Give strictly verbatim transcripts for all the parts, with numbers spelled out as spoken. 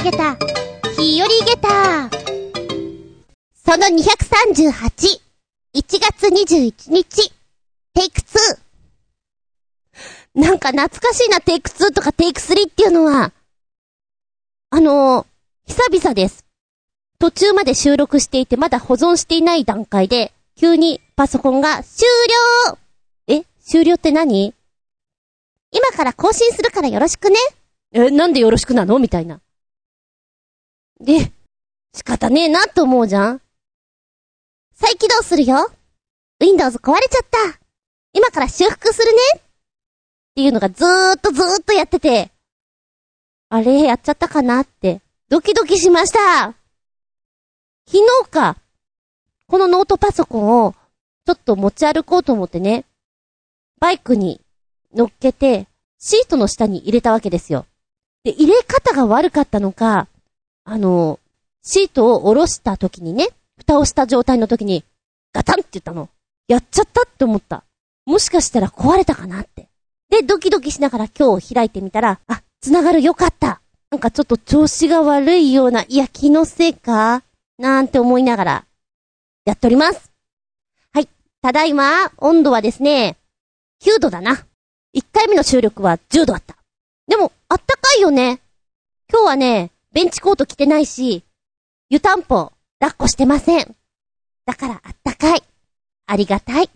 げた、日和げた。そのにひゃくさんじゅうはち、いちがつにじゅういちにち、テイクツー。なんか懐かしいな、テイクツーとかテイクスリーっていうのは。あのー、久々です。途中まで収録していてまだ保存していない段階で、急にパソコンが終了。え、終了って何？今から更新するからよろしくね。え、なんでよろしくなのみたいな。で、仕方ねえなと思うじゃん。再起動するよ。Windows 壊れちゃった。今から修復するね。っていうのがずーっとずーっとやってて、あれやっちゃったかなってドキドキしました。昨日か、このノートパソコンをちょっと持ち歩こうと思ってね、バイクに乗っけてシートの下に入れたわけですよ。で、入れ方が悪かったのか、あの、シートを下ろした時にね、蓋をした状態の時にガタンって言ったの。やっちゃったって思った。もしかしたら壊れたかなって。で、ドキドキしながら今日開いてみたら、あ、繋がる、よかった。なんかちょっと調子が悪いような、いや気のせいかなんて思いながらやっております。はい。ただいま、温度はですね、きゅうどだな。いっかいめの収録はじゅうどあった。でも、あったかいよね。今日はね、ベンチコート着てないし、湯たんぽ、抱っこしてません。だからあったかい。ありがたい。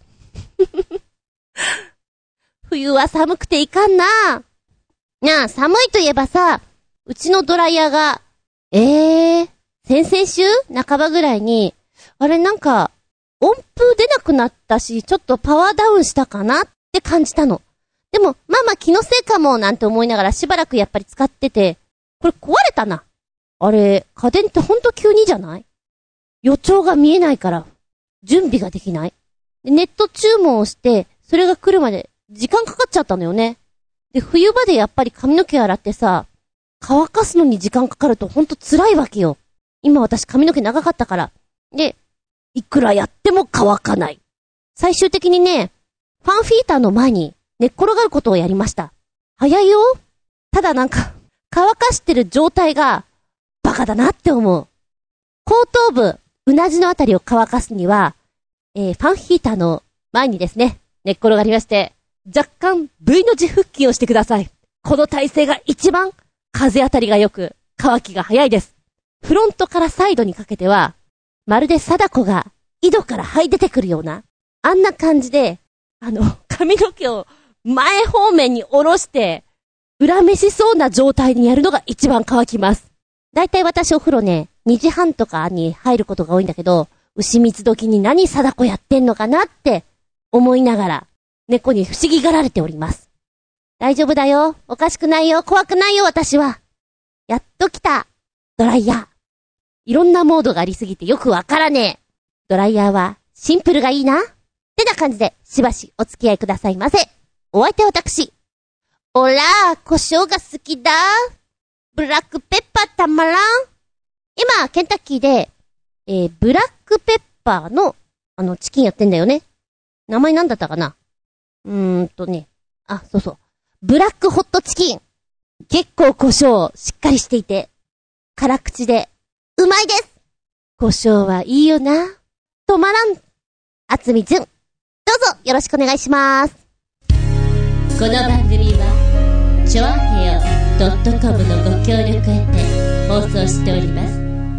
冬は寒くていかんな。なあ、寒いといえばさ、うちのドライヤーが、えー、先々週半ばぐらいに、あれなんか、温風出なくなったし、ちょっとパワーダウンしたかなって感じたの。でも、まあまあ気のせいかもなんて思いながらしばらくやっぱり使ってて、これ壊れたな。あれ、家電ってほんと急にじゃない？予兆が見えないから、準備ができない。でネット注文をして、それが来るまで時間かかっちゃったのよね。で、冬場でやっぱり髪の毛洗ってさ、乾かすのに時間かかるとほんと辛いわけよ。今私髪の毛長かったから。で、いくらやっても乾かない。最終的にね、ファンフィーターの前に寝っ転がることをやりました。早いよ。ただなんか、乾かしてる状態がバカだなって思う。後頭部、うなじのあたりを乾かすには、えー、ファンヒーターの前にですね、寝っ転がりまして、若干 V の字腹筋をしてください。この体勢が一番風当たりが良く、乾きが早いです。フロントからサイドにかけては、まるで貞子が井戸から這い出てくるような、あんな感じで、あの、髪の毛を前方面に下ろして、裏飯しそうな状態にやるのが一番乾きます。だいたい私お風呂ね、にじはんとかに入ることが多いんだけど、牛蜜時に何貞子やってんのかなって思いながら、猫に不思議がられております。大丈夫だよ。おかしくないよ。怖くないよ、私は。やっと来た。ドライヤー。いろんなモードがありすぎてよくわからねえ。ドライヤーはシンプルがいいな。ってな感じで、しばしお付き合いくださいませ。お相手は私。おらー、胡椒が好きだ。ブラックペッパーたまらん。今、ケンタッキーで、えー、ブラックペッパーの、あの、チキンやってんだよね。名前なんだったかな？うーんとね。あ、そうそう。ブラックホットチキン。結構胡椒しっかりしていて、辛口で、うまいです。胡椒はいいよな。止まらん。あつみじゅん。どうぞよろしくお願いします。 この番組は、ちょあへよ .com のご協力へて放送しております。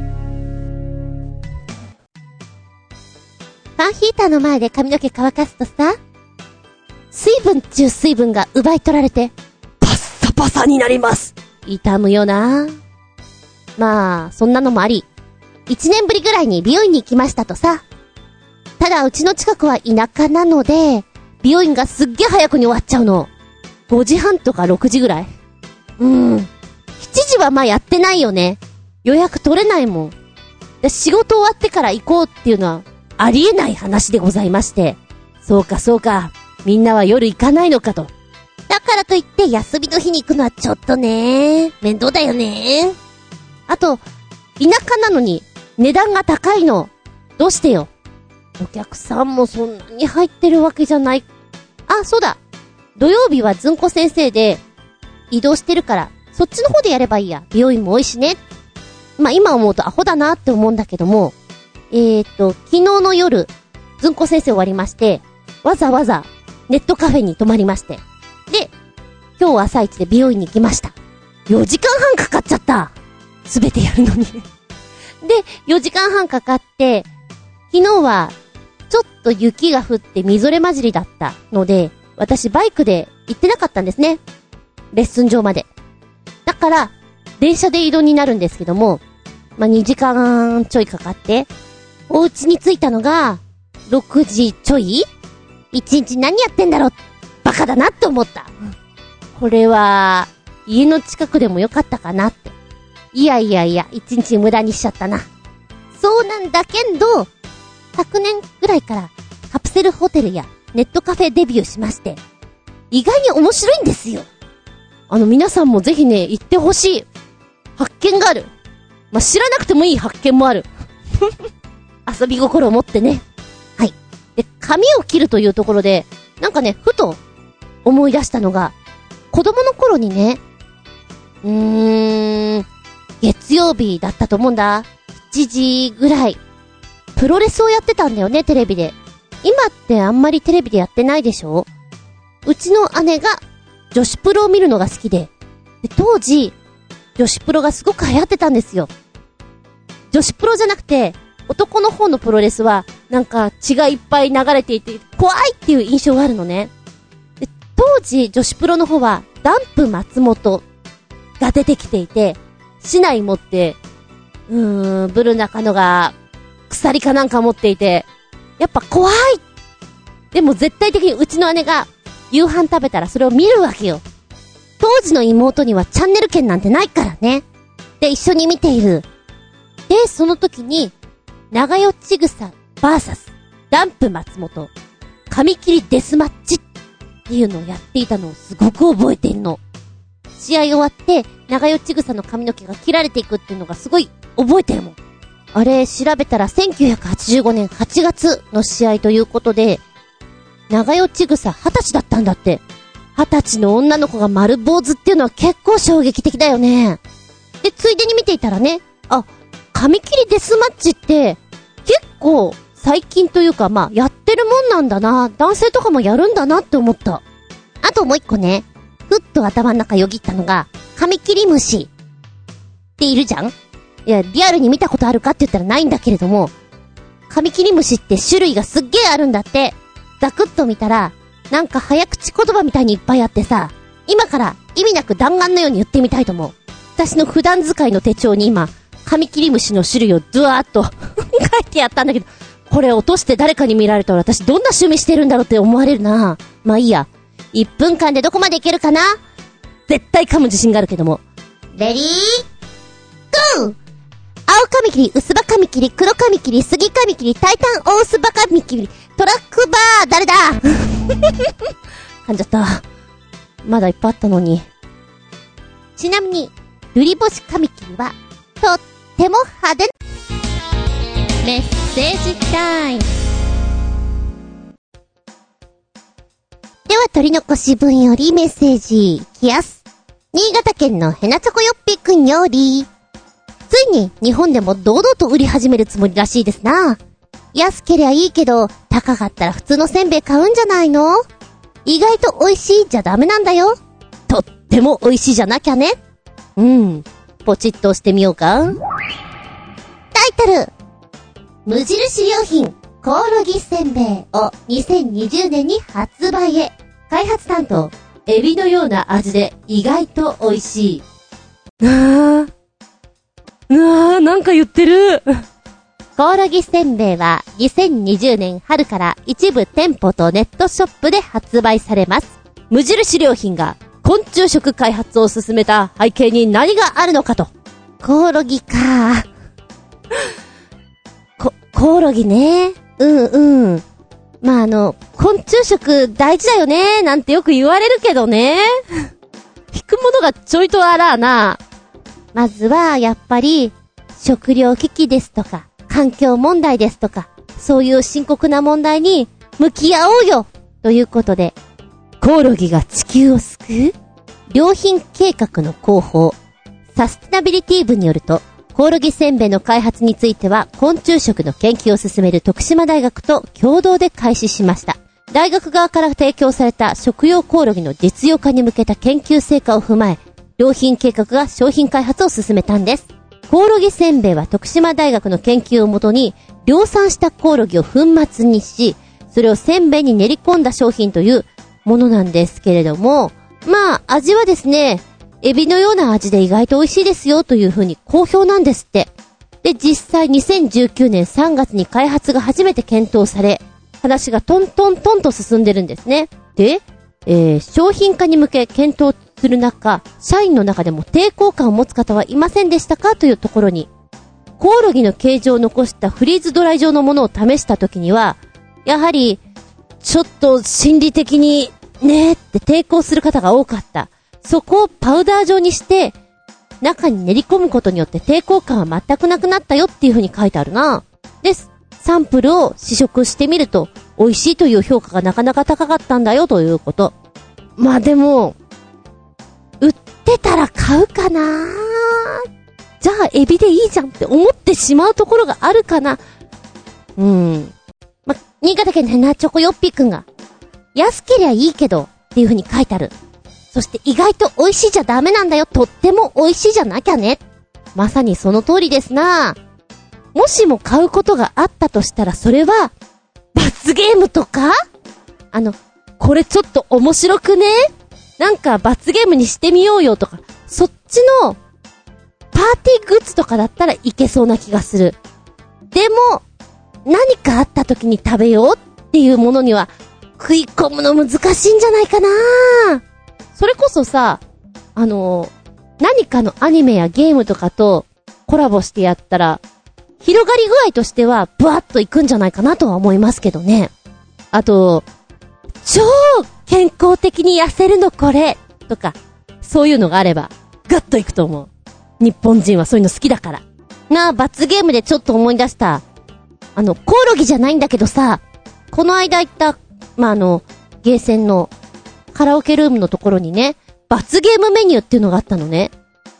ファンヒーターの前で髪の毛乾かすとさ、水分中水分が奪い取られてパッサパサになります。痛むよな。まあそんなのもあり、一年ぶりぐらいに美容院に行きましたとさ。ただうちの近くは田舎なので、美容院がすっげえ早くに終わっちゃうの。ごじはんとかろくじぐらい。うーん。しちじはまあやってないよね。予約取れないもん。で仕事終わってから行こうっていうのはありえない話でございまして。そうかそうか。みんなは夜行かないのかと。だからといって休みの日に行くのはちょっとね、面倒だよね。あと、田舎なのに値段が高いの。どうしてよ。お客さんもそんなに入ってるわけじゃない。あ、そうだ。土曜日はずんこ先生で移動してるから、そっちの方でやればいいや。美容院も多いしね。 まあ今思うとアホだなって思うんだけども、えーと、昨日の夜、ずんこ先生終わりまして、わざわざネットカフェに泊まりまして、で、今日朝一で美容院に行きました。よじかんはんかかっちゃった。すべてやるのに。で、よじかんはんかかって、昨日はちょっと雪が降ってみぞれ混じりだったので、私バイクで行ってなかったんですね。レッスン場まで。だから、電車で移動になるんですけども、まあ、にじかんちょいかかって、お家に着いたのが、ろくじちょい？一日何やってんだろう？バカだなって思った。これは、家の近くでもよかったかなって。いやいやいや、一日無駄にしちゃったな。そうなんだけど、昨年ぐらいからカプセルホテルやネットカフェデビューしまして、意外に面白いんですよ。あの皆さんもぜひね、行ってほしい。発見がある。まあ、知らなくてもいい発見もある。遊び心を持ってね。はい。で、髪を切るというところで、なんかね、ふと思い出したのが、子供の頃にね、うーん、月曜日だったと思うんだ。いちじぐらい。プロレスをやってたんだよね、テレビで。今ってあんまりテレビでやってないでしょ？うちの姉が女子プロを見るのが好きで、で当時、女子プロがすごく流行ってたんですよ。女子プロじゃなくて、男の方のプロレスは、なんか血がいっぱい流れていて、怖いっていう印象があるのね。で当時、女子プロの方は、ダンプ松本が出てきていて、市内持って、うーん、ブル中野が、鎖かなんか持っていて、やっぱ怖い！でも絶対的にうちの姉が、夕飯食べたらそれを見るわけよ。当時の妹にはチャンネル権なんてないからね。で、一緒に見ている。で、その時に、長与千草 ブイエス ダンプ松本、髪切りデスマッチっていうのをやっていたのをすごく覚えているの。試合終わって、長与千草の髪の毛が切られていくっていうのがすごい覚えてるもん。あれ、調べたらせんきゅうひゃくはちじゅうごねんはちがつの試合ということで、長与千草はたちだったんだって。はたちの女の子が丸坊主っていうのは結構衝撃的だよね。で、ついでに見ていたらね、あ、髪切りデスマッチって、結構最近というかまあやってるもんなんだな。男性とかもやるんだなって思った。あともう一個ね、ふっと頭の中よぎったのが、髪切り虫っているじゃん？いや、リアルに見たことあるかって言ったらないんだけれども、髪切り虫って種類がすっげーあるんだって。ざくっと見たら、なんか早口言葉みたいにいっぱいあってさ、今から意味なく弾丸のように言ってみたいと思う。私の普段使いの手帳に今、髪切り虫の種類をドワーっと書いてやったんだけど、これ落として誰かに見られたら私どんな趣味してるんだろうって思われるな。まあいいや。いっぷんかんでどこまでいけるかな？絶対噛む自信があるけども。レディー、ゴー！青髪切り、薄葉髪切り、黒髪切り、杉髪切り、タイタン大薄葉髪切り、トラックバー、誰だ噛んじゃった。まだいっぱいあったのに。ちなみに、瑠璃干し髪切りは、とっても派手。 メッセージタイム。 では、取り残し分よりメッセージ、きやす。新潟県のヘナチョコヨッピーくんより、ついに日本でも堂々と売り始めるつもりらしいですな。安けりゃいいけど、高かったら普通のせんべい買うんじゃないの？意外と美味しいじゃダメなんだよ。とっても美味しいじゃなきゃね。うん。ポチッと押してみようか。タイトル。無印良品、コオロギせんべいをにせんにじゅうねんに発売へ。開発担当、エビのような味で意外と美味しい。あー。あー、なんか言ってる。コオロギせんべいはにせんにじゅうねん春から一部店舗とネットショップで発売されます。無印良品が昆虫食開発を進めた背景に何があるのかと。コオロギか。こ、コオロギね。うんうん。まああの、昆虫食大事だよねなんてよく言われるけどね。引くものがちょいとあらあな。まずはやっぱり食糧危機ですとか環境問題ですとか、そういう深刻な問題に向き合おうよということで、コオロギが地球を救う良品計画の広報サステナビリティ部によると、 コオロギせんべいの開発については、昆虫食の研究を進める徳島大学と共同で開始しました。大学側から提供された食用コオロギの実用化に向けた研究成果を踏まえ、良品計画が商品開発を進めたんです。コオロギせんべいは徳島大学の研究をもとに、量産したコオロギを粉末にし、それをせんべいに練り込んだ商品というものなんですけれども、まあ味はですね、エビのような味で意外と美味しいですよという風に好評なんですって。で、実際にせんじゅうきゅうねんさんがつに開発が初めて検討され、話がトントントンと進んでるんですね。で、えー、商品化に向け検討する中、社員の中でも抵抗感を持つ方はいませんでしたかというところに、コオロギの形状を残したフリーズドライ状のものを試した時には、やはり、ちょっと心理的にねーって抵抗する方が多かった。そこをパウダー状にして、中に練り込むことによって抵抗感は全くなくなったよっていう風に書いてあるな。です。サンプルを試食してみると、美味しいという評価がなかなか高かったんだよということ。まあでも、売ってたら買うかな？じゃあエビでいいじゃんって思ってしまうところがあるかな。うん。ま、新潟県のヘナチョコヨッピーくんが、安けりゃいいけどっていう風に書いてある。そして意外と美味しいじゃダメなんだよ。とっても美味しいじゃなきゃね。まさにその通りですな。もしも買うことがあったとしたらそれは、罰ゲームとか？あの、これちょっと面白くね？なんか罰ゲームにしてみようよとか、そっちの、パーティーグッズとかだったらいけそうな気がする。でも、何かあった時に食べようっていうものには、食い込むの難しいんじゃないかな。それこそさ、あの、何かのアニメやゲームとかとコラボしてやったら、広がり具合としては、ブワッといくんじゃないかなとは思いますけどね。あと、超健康的に痩せるのこれとか、そういうのがあれば、ガッといくと思う。日本人はそういうの好きだから。なあ、罰ゲームでちょっと思い出した。あの、コオロギじゃないんだけどさ、この間行った、まあ、あの、ゲーセンのカラオケルームのところにね、罰ゲームメニューっていうのがあったのね。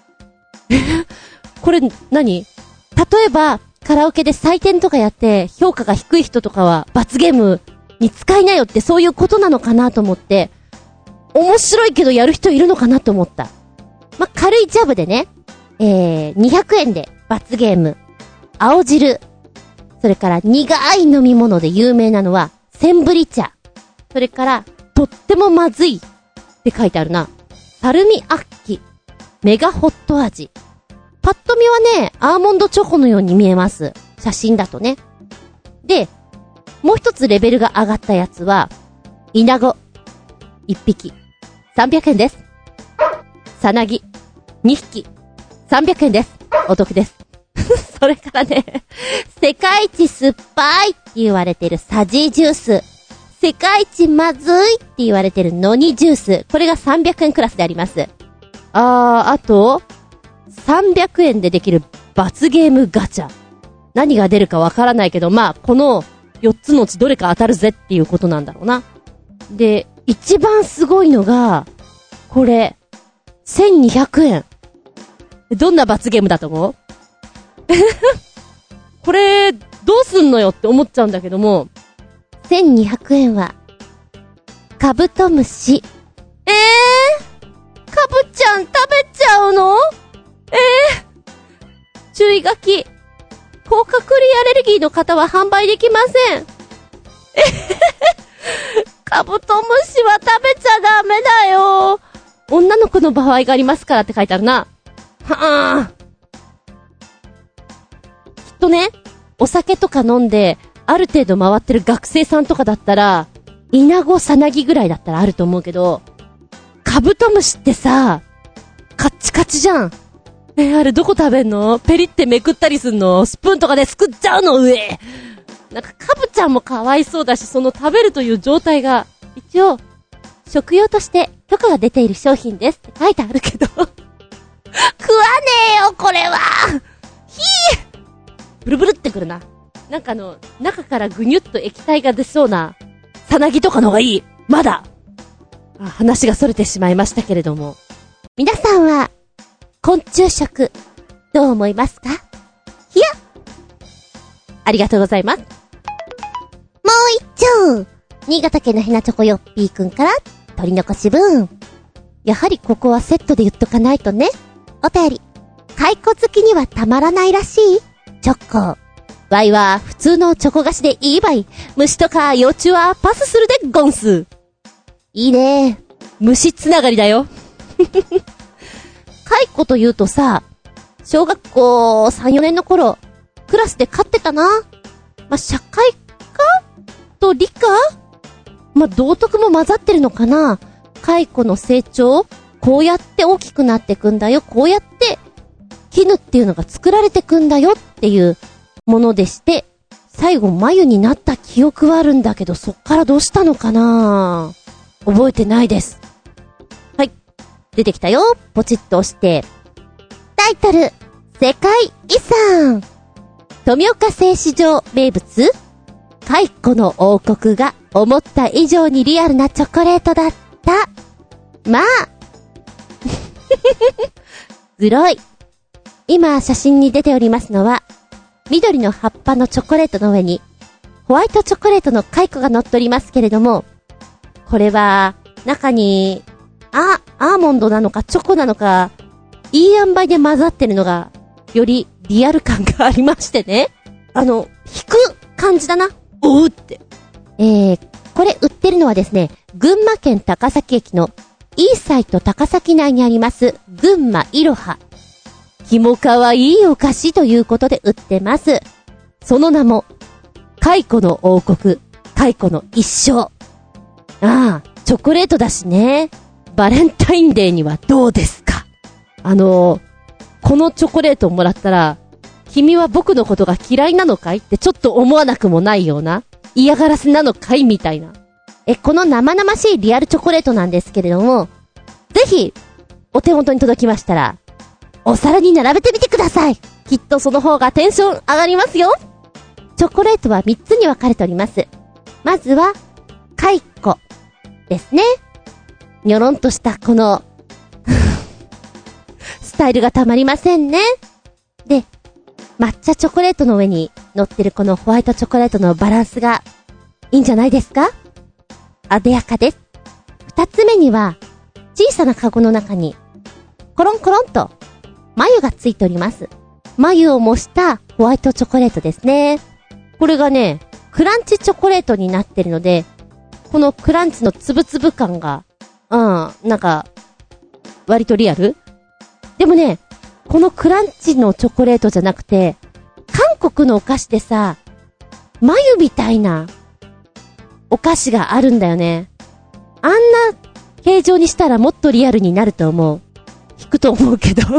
これ何？例えば、カラオケで採点とかやって評価が低い人とかは罰ゲームに使いなよってそういうことなのかなと思って、面白いけどやる人いるのかなと思った。まあ、軽いジャブでね、えー、にひゃくえんで罰ゲーム、青汁、それから苦い飲み物で有名なのはセンブリ茶、それからとってもまずいって書いてあるな、サルミアッキメガホット味。パッと見はね、アーモンドチョコのように見えます。写真だとね。で、もう一つレベルが上がったやつは、イナゴいっぴきさんびゃくえんです。サナギにひきさんびゃくえんです。お得です。それからね、世界一酸っぱいって言われてるサジージュース、世界一まずいって言われてるノニジュース、これがさんびゃくえんクラスであります。あー、あとさんびゃくえんでできる罰ゲームガチャ。何が出るかわからないけど、まあ、このよっつのうちどれか当たるぜっていうことなんだろうな。で、一番すごいのが、これ、せんにひゃくえん。どんな罰ゲームだと思う？これ、どうすんのよって思っちゃうんだけども、せんにひゃくえんは、カブトムシ。えー？カブちゃん食べちゃうの？えー、注意書き。甲殻類アレルギーの方は販売できません。えカブトムシは食べちゃダメだよ。女の子の場合がありますからって書いてあるな。はぁ。きっとね、お酒とか飲んで、ある程度回ってる学生さんとかだったら、イナゴサナギぐらいだったらあると思うけど、カブトムシってさ、カッチカチじゃん。えー、あれどこ食べんの？ペリってめくったりすんの？スプーンとかですくっちゃうの？上。なんかカブちゃんもかわいそうだし、その食べるという状態が、一応、食用として許可が出ている商品ですって書いてあるけど。食わねえよ、これは！ひー！ブルブルってくるな。なんかあの、中からぐにゅっと液体が出そうな、さなぎとかの方がいい。まだ。あ、話が逸れてしまいましたけれども。皆さんは、昆虫食、 どう思いますか？ひや！ありがとうございます。もう一丁新潟県のヘナチョコヨッピーくんから取り残し分。やはりここはセットで言っとかないとね。お便り。蚕好きにはたまらないらしいチョコ。ワイは普通のチョコ菓子でいいばい。虫とか幼虫はパスするでゴンス。いいね。虫つながりだよ。蚕というとさ、小学校さん、よねんの頃、クラスで飼ってたな。まあ、社会科と理科？まあ、道徳も混ざってるのかな。蚕の成長？こうやって大きくなってくんだよ。こうやって絹っていうのが作られてくんだよっていうものでして、最後眉になった記憶はあるんだけど、そっからどうしたのかな？覚えてないです。はい。出てきたよ。ポチッと押して。タイトル、世界遺産。富岡製糸場名物？蚕の王国が思った以上にリアルなチョコレートだった。まあ。グロい。今写真に出ておりますのは、緑の葉っぱのチョコレートの上に、ホワイトチョコレートの蚕が乗っておりますけれども、これは、中に、あ、アーモンドなのかチョコなのか、いい塩梅で混ざってるのが、よりリアル感がありましてね。あの、引く感じだな。おうって。えー、これ売ってるのはですね、群馬県高崎駅のイーサイト高崎内にあります、群馬いろは。ひもかわいいお菓子ということで売ってます。その名も、蚕の王国、蚕の一生。ああ、チョコレートだしね。バレンタインデーにはどうですか？あのー、このチョコレートをもらったら、君は僕のことが嫌いなのかいってちょっと思わなくもないような、嫌がらせなのかいみたいな。え、この生々しいリアルチョコレートなんですけれども、ぜひ、お手元に届きましたら、お皿に並べてみてください。きっとその方がテンション上がりますよ。チョコレートはみっつに分かれております。まずは、蚕ですね。にょろんとしたこの、スタイルがたまりませんね。で、抹茶チョコレートの上に乗ってるこのホワイトチョコレートのバランスがいいんじゃないですか？あでやかです。二つ目には、小さなカゴの中に、コロンコロンと、眉がついております。眉を模したホワイトチョコレートですね。これがね、クランチチョコレートになってるので、このクランチのつぶつぶ感が、うん、なんか、割とリアル？でもね、このクランチのチョコレートじゃなくて、韓国のお菓子でさ、眉みたいなお菓子があるんだよね。あんな形状にしたらもっとリアルになると思う。引くと思うけど。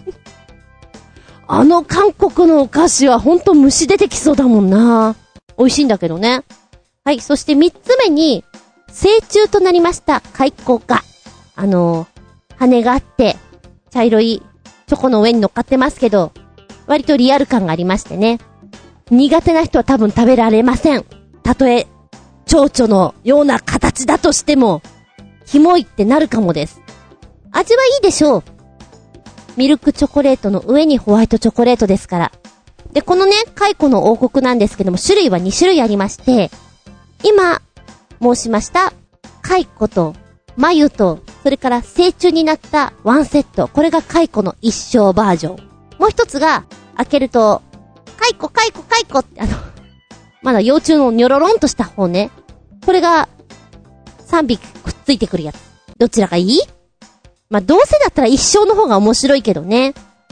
あの韓国のお菓子はほんと虫出てきそうだもんな。美味しいんだけどね。はい、そして三つ目に、成虫となりました蚕が、あのー、羽があって、茶色いチョコの上に乗っかってますけど、割とリアル感がありましてね。苦手な人は多分食べられません。たとえ、蝶々のような形だとしても、キモいってなるかもです。味はいいでしょう。ミルクチョコレートの上にホワイトチョコレートですから。で、このね、蚕の王国なんですけども、種類はに種類ありまして、今、申しました、蚕と、眉と、それから成虫になったワンセット。これが蚕の一生バージョン。もう一つが、開けると、蚕、蚕、蚕って、あの、まだ幼虫のニョロロンとした方ね。これが、さんびきくっついてくるやつ。どちらがいい？まあ、どうせだったら一生の方が面白いけどね。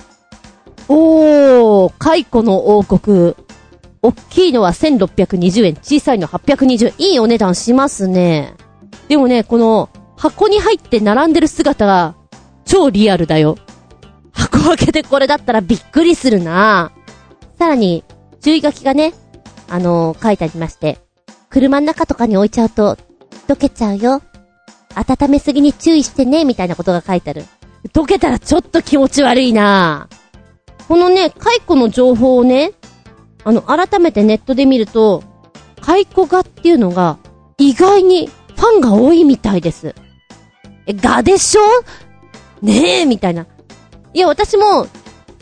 おー、蚕の王国。大きいのはせんろっぴゃくにじゅうえん、小さいのはっぴゃくにじゅうえん。いいお値段しますね。でもね、この箱に入って並んでる姿が超リアルだよ。箱開けてこれだったらびっくりするな。さらに注意書きがね、あのー、書いてありまして、車の中とかに置いちゃうと溶けちゃうよ。温めすぎに注意してね、みたいなことが書いてある。溶けたらちょっと気持ち悪いな。このね、蚕の情報をね、あの、改めてネットで見ると、蚕画っていうのが、意外にファンが多いみたいです。え、画でしょ？ねえ、みたいな。いや、私も、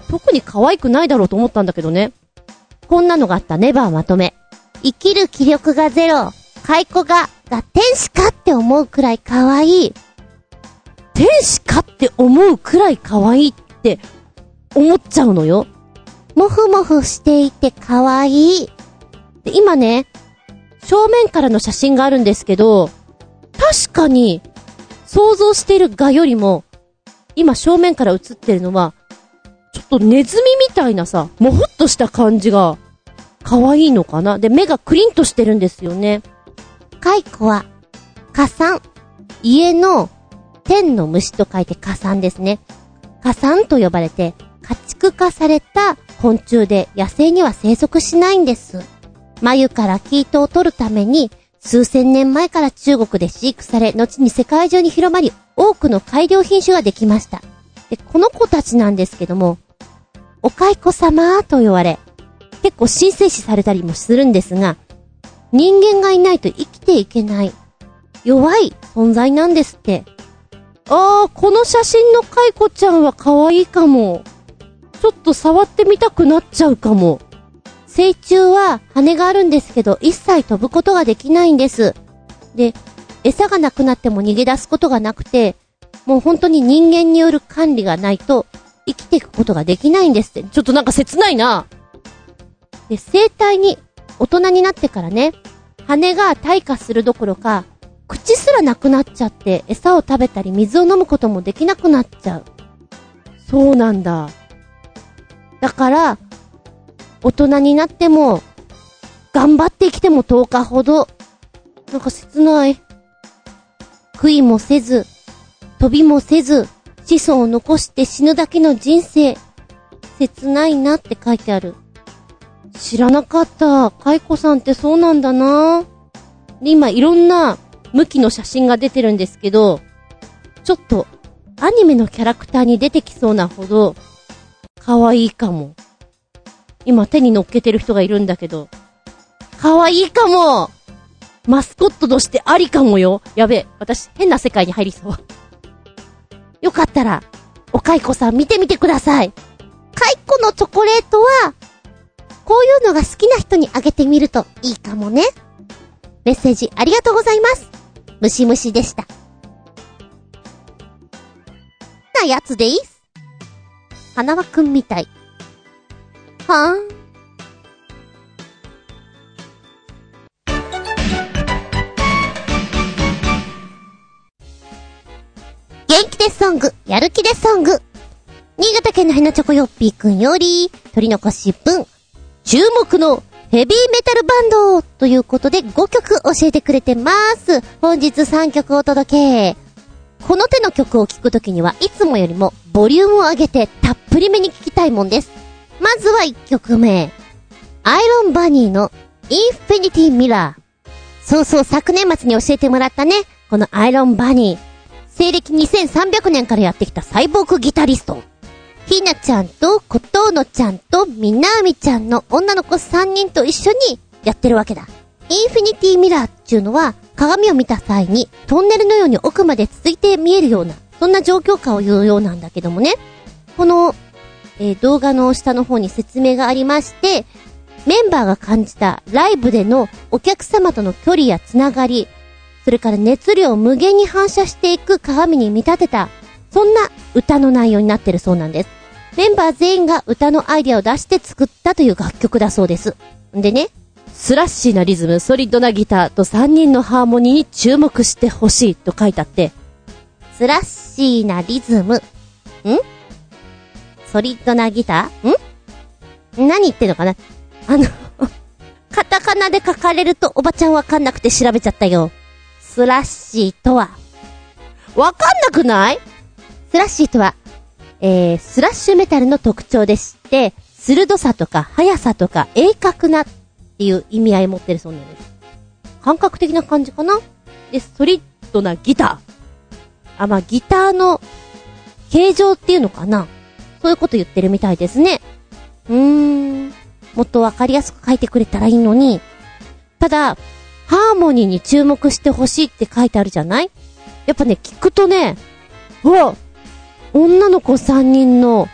特に可愛くないだろうと思ったんだけどね。こんなのがあった。ネバーまとめ。生きる気力がゼロ。蚕が、が天使かって思うくらい可愛い。天使かって思うくらい可愛いって思っちゃうのよ。もふもふしていて可愛い。で、今ね、正面からの写真があるんですけど、確かに想像している画よりも今正面から写ってるのはちょっとネズミみたいなさ、もふっとした感じが可愛いのかな。で、目がクリンとしてるんですよね。蚕は花蚕、家の天の虫と書いて花蚕ですね。花蚕と呼ばれて家畜化された昆虫で野生には生息しないんです。繭から生糸を取るために数千年前から中国で飼育され、後に世界中に広まり、多くの改良品種ができました。で、この子たちなんですけども、お蚕様と言われ、結構神聖視されたりもするんですが、人間がいないと生きていけない、弱い存在なんですって。あー、この写真の蚕ちゃんは可愛いかも。ちょっと触ってみたくなっちゃうかも。成虫は羽があるんですけど、一切飛ぶことができないんです。で、餌がなくなっても逃げ出すことがなくて、もう本当に人間による管理がないと生きていくことができないんですって。ちょっとなんか切ないな。で、生体に大人になってからね、羽が退化するどころか、口すらなくなっちゃって餌を食べたり水を飲むこともできなくなっちゃう。そうなんだ。だから大人になっても頑張って生きてもとおかほど、なんか切ない。悔いもせず飛びもせず子孫を残して死ぬだけの人生、切ないなって書いてある。知らなかった。蚕さんってそうなんだな。で、今いろんな向きの写真が出てるんですけど、ちょっとアニメのキャラクターに出てきそうなほど可愛いかも。今手に乗っけてる人がいるんだけど、可愛いかも。マスコットとしてありかもよ。やべえ、私変な世界に入りそう。よかったらお蚕さん見てみてください。蚕のチョコレートはこういうのが好きな人にあげてみるといいかもね。メッセージありがとうございます。ムシムシでした。なやつでいいっす。花輪くんみたい。はーん。元気でソング、やる気でソング。新潟県のヘナチョコヨッピーくんより、取り残し分、注目のヘビーメタルバンドということでごきょく教えてくれてます。本日さんきょくお届け。この手の曲を聴くときにはいつもよりもボリュームを上げてたっぷりめに聴きたいもんです。まずはいっきょくめ。アイロンバニーのインフィニティミラー。そうそう、昨年末に教えてもらったね。このアイロンバニー。西暦にせんさんびゃくねんからやってきたサイボーグギタリスト。ひなちゃんとコトーノちゃんとみなみちゃんの女の子さんにんと一緒にやってるわけだ。インフィニティミラーっていうのは鏡を見た際にトンネルのように奥まで続いて見えるような、そんな状況下を言うようなんだけどもね。この、えー、動画の下の方に説明がありまして、メンバーが感じたライブでのお客様との距離やつながり、それから熱量を無限に反射していく鏡に見立てた、そんな歌の内容になってるそうなんです。メンバー全員が歌のアイデアを出して作ったという楽曲だそうです。でね、スラッシーなリズム、ソリッドなギターとさんにんのハーモニーに注目してほしいと書いてあって、スラッシーなリズム、ん？ソリッドなギター？ん？何言ってんのかな？あの、カタカナで書かれるとおばちゃんわかんなくて調べちゃったよ。スラッシーとはわかんなくない？スラッシーとは、えー、スラッシュメタルの特徴でして、鋭さとか速さとか鋭角なっていう意味合いを持ってるそうなんです。感覚的な感じかな。で、ソリッドなギター。あ、まあ、ギターの形状っていうのかな。そういうこと言ってるみたいですね。うーん。もっとわかりやすく書いてくれたらいいのに。ただ、ハーモニーに注目してほしいって書いてあるじゃない？やっぱね、聞くとね、うわ、女の子さんにんの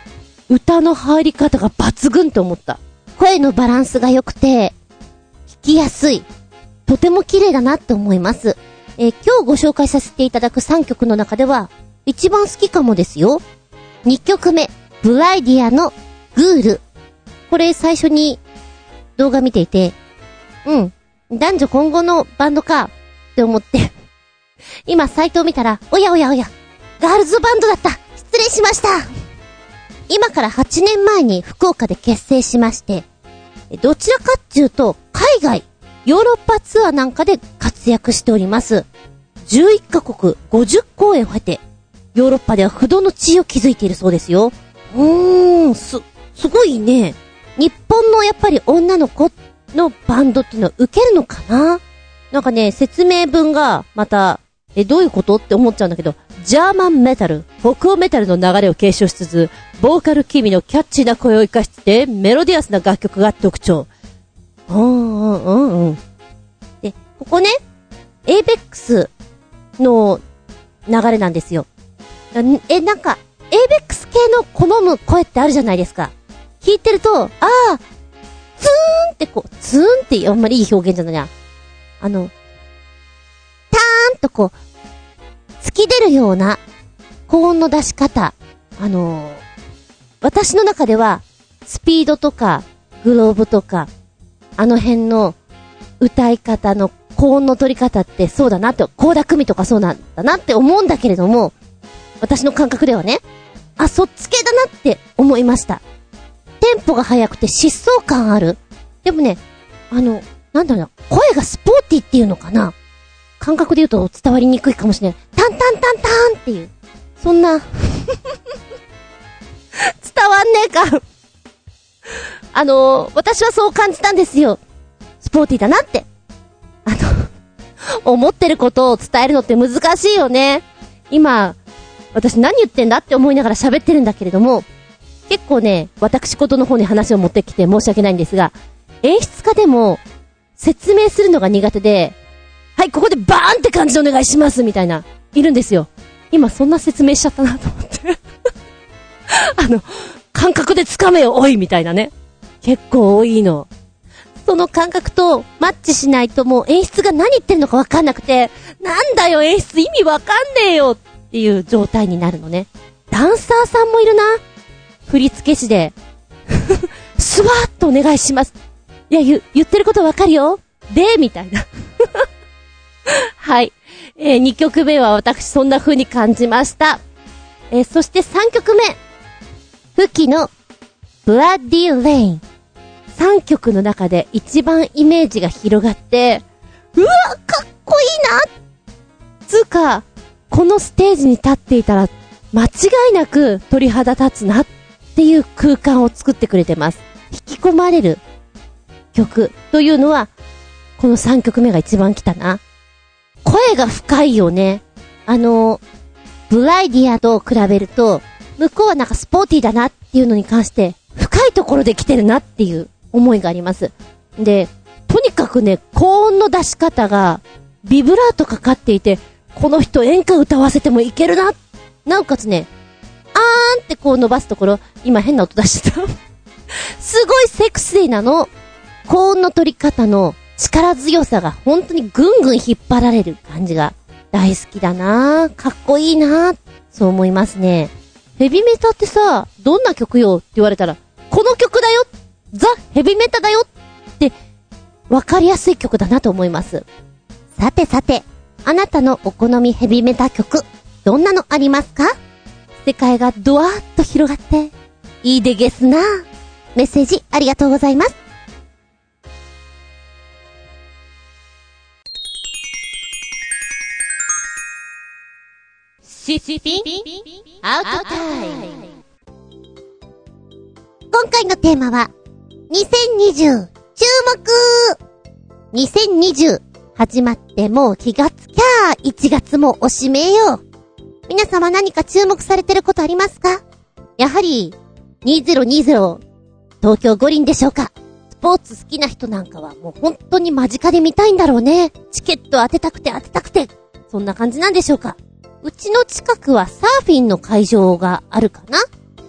歌の入り方が抜群と思った。声のバランスが良くて、聞きやすい。とても綺麗だなって思います。えー、今日ご紹介させていただくさんきょくの中では、一番好きかもですよ。にきょくめ、ブライディアのグール。これ最初に動画見ていて、うん、男女混合のバンドかって思って、今サイトを見たら、おやおやおや、ガールズバンドだった。失礼しました。今からはちねんまえに福岡で結成しまして、どちらかっていうと海外、ヨーロッパツアーなんかで活躍しております。じゅういっかこくごじゅっこうえんを経て、ヨーロッパでは不動の地位を築いているそうですよ。うーん、す、すごいね。日本のやっぱり女の子のバンドっていうのは受けるのかな？なんかね、説明文がまた、え、どういうことって思っちゃうんだけど、ジャーマンメタル、北欧メタルの流れを継承しつつ、ボーカルキミのキャッチーな声を生かしてメロディアスな楽曲が特徴。うんうんうんうん。で、ここね、エイベックスの流れなんですよ。え、なんか、エイベックス系の好む声ってあるじゃないですか。聞いてると、ああ、ツーンってこう、ツーンってあんまりいい表現じゃないな。あの、ターンとこう、突き出るような高音の出し方。あのー、私の中では、スピードとか、グローブとか、あの辺の歌い方の高音の取り方ってそうだなって、倖田來未とかそうなんだなって思うんだけれども、私の感覚ではね、あ、そっち系だなって思いました。テンポが速くて疾走感ある。でもね、あの、なんだろう、声がスポーティーっていうのかな。感覚で言うと伝わりにくいかもしれない。タンタンタンタンっていう。そんな、伝わんねえか。あの、私はそう感じたんですよ。スポーティーだなって。あの、思ってることを伝えるのって難しいよね。今、私何言ってんだって思いながら喋ってるんだけれども、結構ね、私事の方に話を持ってきて申し訳ないんですが、演出家でも説明するのが苦手で、はい、ここでバーンって感じでお願いしますみたいな、いるんですよ。今そんな説明しちゃったなと思って。あの、感覚でつかめよ、おいみたいなね。結構多いの。その感覚とマッチしないともう演出が何言ってるのかわかんなくて、なんだよ演出意味わかんねえよっていう状態になるのね。ダンサーさんもいるな。振付師で。スワーッとお願いします。いや、言、言ってることわかるよ。で、みたいな。はい。えー、にきょくめは私そんな風に感じました。えー、そしてさんきょくめ。フキのブラッディレイン。さんきょくの中で一番イメージが広がって、うわ、かっこいいなつうか、このステージに立っていたら間違いなく鳥肌立つなっていう空間を作ってくれてます。引き込まれる曲というのはこのさんきょくめが一番来たな。声が深いよね。あのブライディアと比べると向こうはなんかスポーティーだなっていうのに関して深いところで来てるなっていう思いがあります。で、とにかくね、高音の出し方がビブラートかかっていて、この人演歌歌わせてもいけるな。なおかつね、あーんってこう伸ばすところ、今変な音出してた。すごいセクシーなの。高音の取り方の力強さが本当にぐんぐん引っ張られる感じが大好きだな。かっこいいな。そう思いますね。ヘビメタってさ、どんな曲よって言われたら、この曲だよ、ザ・ヘビメタだよってわかりやすい曲だなと思います。さてさて、あなたのお好みヘビメタ曲、どんなのありますか？世界がドワーッと広がっていいでげすな。メッセージありがとうございます。 シスピンアウトタイム。 今回のテーマはにせんにじゅう注目。にせんにじゅう始まってもう気がつきゃいちがつもおしめよ。皆様何か注目されてることありますか？やはりにせんにじゅう東京五輪でしょうか。スポーツ好きな人なんかはもう本当に間近で見たいんだろうね。チケット当てたくて当てたくて、そんな感じなんでしょうか。うちの近くはサーフィンの会場があるかな。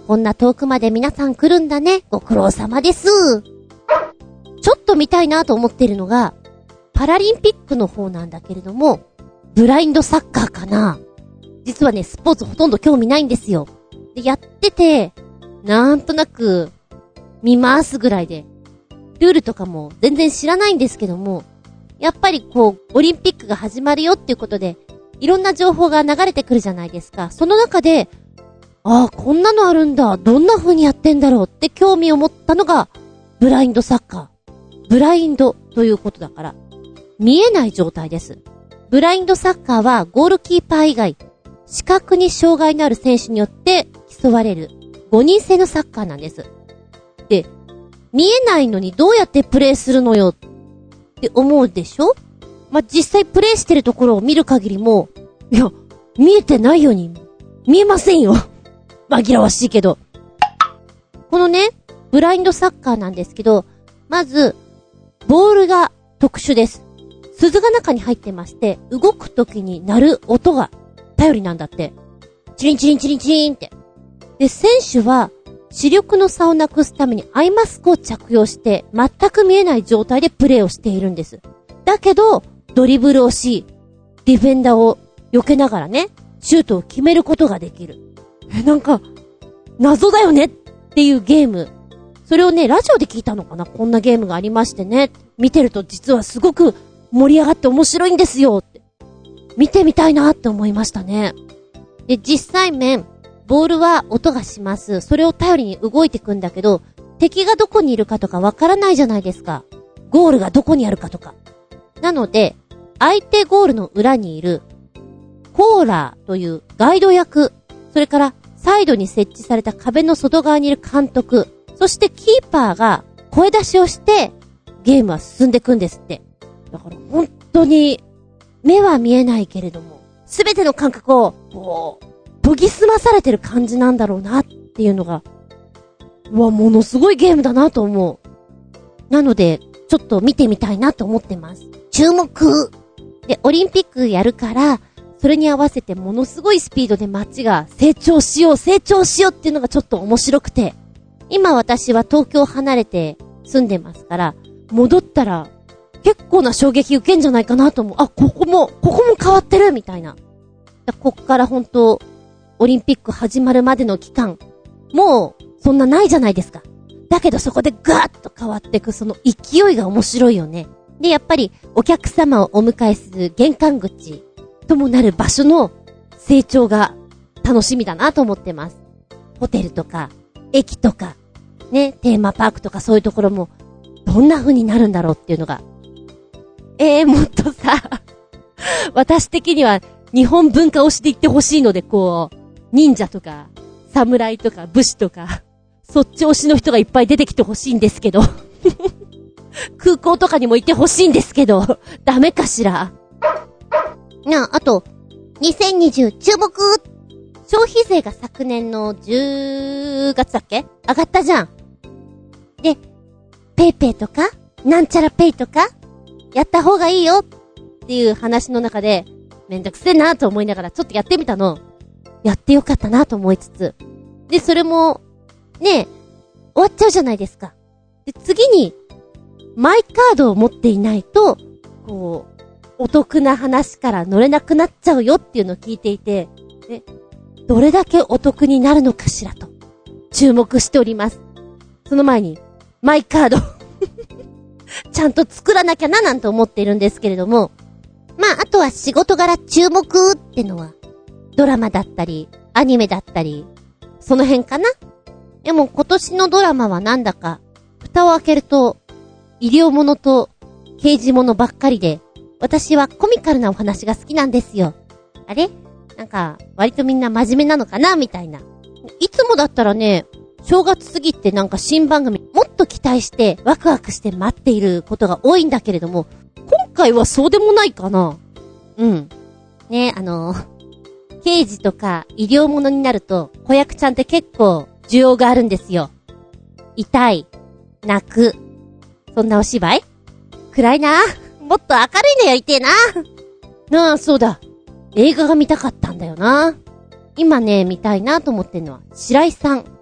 こんな遠くまで皆さん来るんだね。ご苦労様です。ちょっと見たいなと思ってるのが、パラリンピックの方なんだけれども、ブラインドサッカーかな。実はね、スポーツほとんど興味ないんですよ。で、やってて、なんとなく、見回すぐらいで、ルールとかも全然知らないんですけども、やっぱりこう、オリンピックが始まるよっていうことで、いろんな情報が流れてくるじゃないですか。その中で、ああ、こんなのあるんだ。どんな風にやってんだろうって興味を持ったのが、ブラインドサッカー。ブラインドということだから、見えない状態です。ブラインドサッカーはゴールキーパー以外、視覚に障害のある選手によって競われるごにん制のサッカーなんです。で、見えないのにどうやってプレーするのよって思うでしょ？まあ、実際プレイしてるところを見る限りも、いや、見えてないように見えませんよ。紛らわしいけど。このね、ブラインドサッカーなんですけど、まず、ボールが特殊です。鈴が中に入ってまして、動く時に鳴る音が頼りなんだって。チリンチリンチリンチリンって。で、選手は視力の差をなくすためにアイマスクを着用して全く見えない状態でプレーをしているんです。だけど、ドリブルをし、ディフェンダーを避けながらね、シュートを決めることができる。え、なんか、謎だよねっていうゲーム。それをね、ラジオで聞いたのかな？こんなゲームがありましてね。見てると実はすごく盛り上がって面白いんですよって。見てみたいなって思いましたね。で、実際面、ボールは音がします。それを頼りに動いてくんだけど、敵がどこにいるかとかわからないじゃないですか。ゴールがどこにあるかとか。なので、相手ゴールの裏にいる、コーラーというガイド役、それからサイドに設置された壁の外側にいる監督、そしてキーパーが声出しをして、ゲームは進んでいくんですって。だから本当に、目は見えないけれども、すべての感覚を、こう、研ぎ澄まされてる感じなんだろうなっていうのが、うわ、ものすごいゲームだなと思う。なので、ちょっと見てみたいなと思ってます。注目で、オリンピックやるから、それに合わせてものすごいスピードで街が成長しよう、成長しようっていうのがちょっと面白くて、今私は東京離れて住んでますから、戻ったら結構な衝撃受けんじゃないかなと思う。あ、ここも、ここも変わってるみたいな。こっから本当オリンピック始まるまでの期間、もうそんなないじゃないですか。だけどそこでガーッと変わっていくその勢いが面白いよね。で、やっぱりお客様をお迎えする玄関口ともなる場所の成長が楽しみだなと思ってます。ホテルとか、駅とか、ね、テーマパークとかそういうところもどんな風になるんだろうっていうのが。えー、もっとさ、私的には日本文化をしていってほしいので、こう、忍者とか、侍とか、武士とか、そっち推しの人がいっぱい出てきてほしいんですけど。空港とかにもいてほしいんですけど、ダメかしら。なあ、あと、にせんにじゅう注目消費税が昨年のじゅうがつだっけ？上がったじゃん。で、ペイペイとか、なんちゃらペイとか、やった方がいいよっていう話の中で、めんどくせえなと思いながらちょっとやってみたの。やってよかったなと思いつつ。で、それも、ねえ、終わっちゃうじゃないですか。で、次に、マイカードを持っていないと、こう、お得な話から乗れなくなっちゃうよっていうのを聞いていて、で、どれだけお得になるのかしらと、注目しております。その前に、マイカード、ちゃんと作らなきゃななんて思っているんですけれども、まあ、あとは仕事柄注目ってのは、ドラマだったり、アニメだったり、その辺かな。でも今年のドラマはなんだか、蓋を開けると、医療ものと刑事ものばっかりで、私はコミカルなお話が好きなんですよ。あれ？なんか、割とみんな真面目なのかなみたいな。いつもだったらね、正月過ぎってなんか新番組、もっと期待して、ワクワクして待っていることが多いんだけれども、今回はそうでもないかな。うん。ね、あの、刑事とか医療ものになると、子役ちゃんって結構需要があるんですよ。痛い、泣く、そんなお芝居？暗いな。もっと明るいのやりてえな。なあ、そうだ。映画が見たかったんだよな。今ね、見たいなと思ってんのは、白井さん。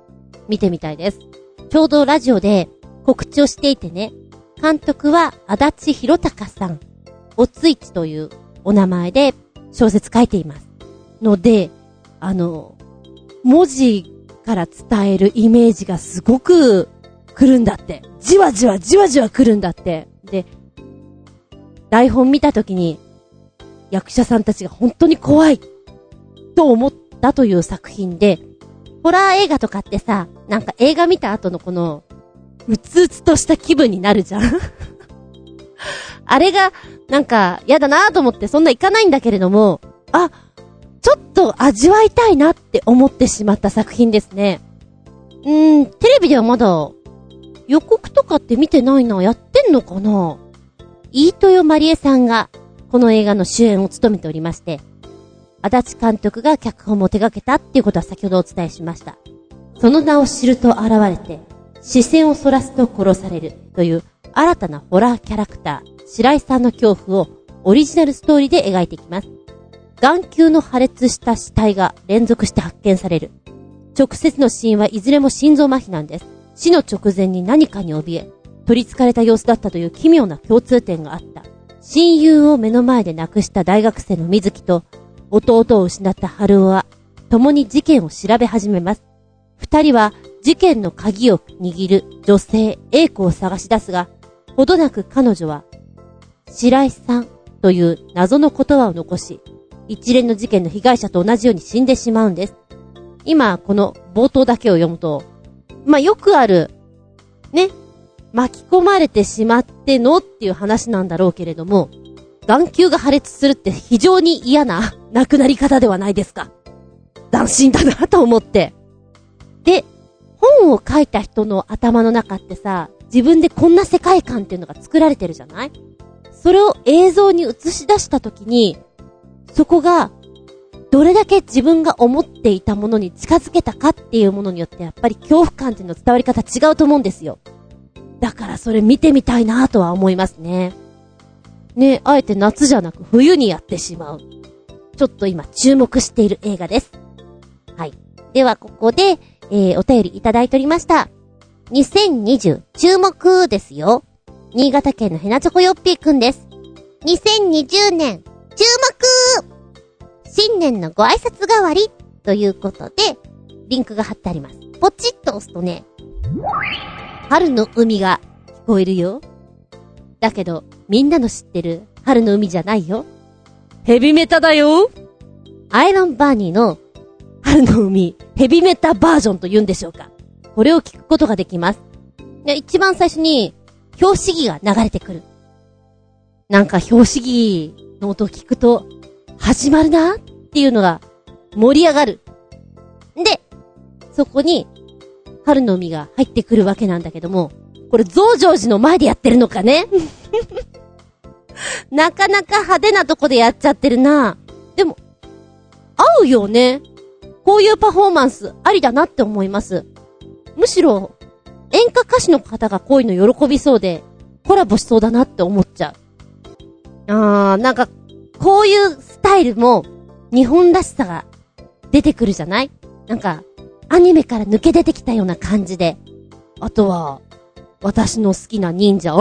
見てみたいです。ちょうどラジオで告知をしていてね、監督は足立弘隆さん、おついちというお名前で小説書いています。ので、あの、文字から伝えるイメージがすごく来るんだって。じわじわじわじわ来るんだって。で、台本見たときに役者さんたちが本当に怖いと思ったという作品で、ホラー映画とかってさ、なんか映画見た後のこのうつうつとした気分になるじゃんあれがなんか嫌だなと思ってそんな行かないんだけれども、あ、ちょっと味わいたいなって思ってしまった作品ですね。うーん、テレビではまだ予告とかって見てないな。やってんのかな。飯豊まりえさんがこの映画の主演を務めておりまして、足立監督が脚本も手掛けたっていうことは先ほどお伝えしました。その名を知ると現れて、視線をそらすと殺されるという新たなホラーキャラクター、白井さんの恐怖をオリジナルストーリーで描いていきます。眼球の破裂した死体が連続して発見される。直接の死因はいずれも心臓麻痺なんです。死の直前に何かに怯え、取り憑かれた様子だったという奇妙な共通点があった。親友を目の前で亡くした大学生の水木と、弟を失った春尾は、共に事件を調べ始めます。二人は事件の鍵を握る女性 A 子を探し出すが、ほどなく彼女は、白井さんという謎の言葉を残し、一連の事件の被害者と同じように死んでしまうんです。今、この冒頭だけを読むと、まあ、よくある、ね、巻き込まれてしまってのっていう話なんだろうけれども、眼球が破裂するって非常に嫌な亡くなり方ではないですか。斬新だなと思って。で、本を書いた人の頭の中ってさ、自分でこんな世界観っていうのが作られてるじゃない？それを映像に映し出したときに、そこがどれだけ自分が思っていたものに近づけたかっていうものによってやっぱり恐怖感っていうの伝わり方違うと思うんですよ。だからそれ見てみたいなとは思いますね。ね、あえて夏じゃなく冬にやってしまう。ちょっと今注目している映画です。はい。ではここで、えー、お便りいただいておりました。にせんにじゅう注目ですよ。新潟県のヘナチョコヨッピーくんです。にせんにじゅうねん注目新年のご挨拶代わりということで、リンクが貼ってあります。ポチッと押すとね、春の海が聞こえるよ。だけど、みんなの知ってる春の海じゃないよ。ヘビメタだよ。アイロンバーニーの春の海、ヘビメタバージョンと言うんでしょうか。これを聞くことができます。で、一番最初に、表紙儀が流れてくる。なんか表紙儀の音を聞くと、始まるなっていうのが盛り上がる。で、そこに春の海が入ってくるわけなんだけども、これ増上寺の前でやってるのかねなかなか派手なとこでやっちゃってるな。でも合うよね。こういうパフォーマンスありだなって思います。むしろ演歌歌手の方がこういうの喜びそうでコラボしそうだなって思っちゃう。あー、なんかこういうスタイルも日本らしさが出てくるじゃない？なんかアニメから抜け出てきたような感じで。あとは私の好きな忍者を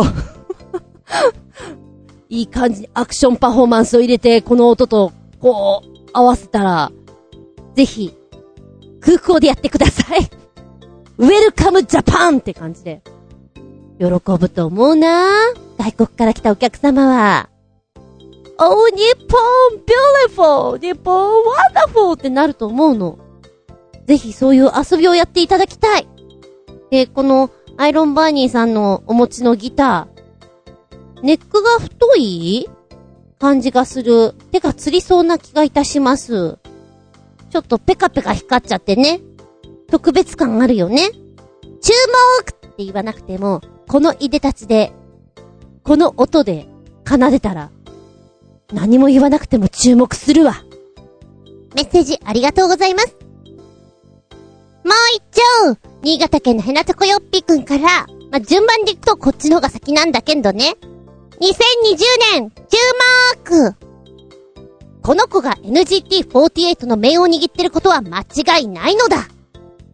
いい感じにアクションパフォーマンスを入れてこの音とこう合わせたら、ぜひ空港でやってくださいウェルカムジャパンって感じで喜ぶと思うな。外国から来たお客様はOh, 日本 beautiful! 日本 wonderful! ってなると思うの。ぜひそういう遊びをやっていただきたい。で、このアイロンバーニーさんのお持ちのギター、ネックが太い感じがする。手がつりそうな気がいたします。ちょっとペカペカ光っちゃってね。特別感あるよね。注目って言わなくても、このいでたちで、この音で奏でたら、何も言わなくても注目するわ。メッセージありがとうございます。もう一丁、新潟県のヘナチョコヨッピーくんから、まあ、順番でいくとこっちの方が先なんだけどね。にせんにじゅうねん、注目。この子が エヌジーティーフォーティーエイト の面を握ってることは間違いないのだ。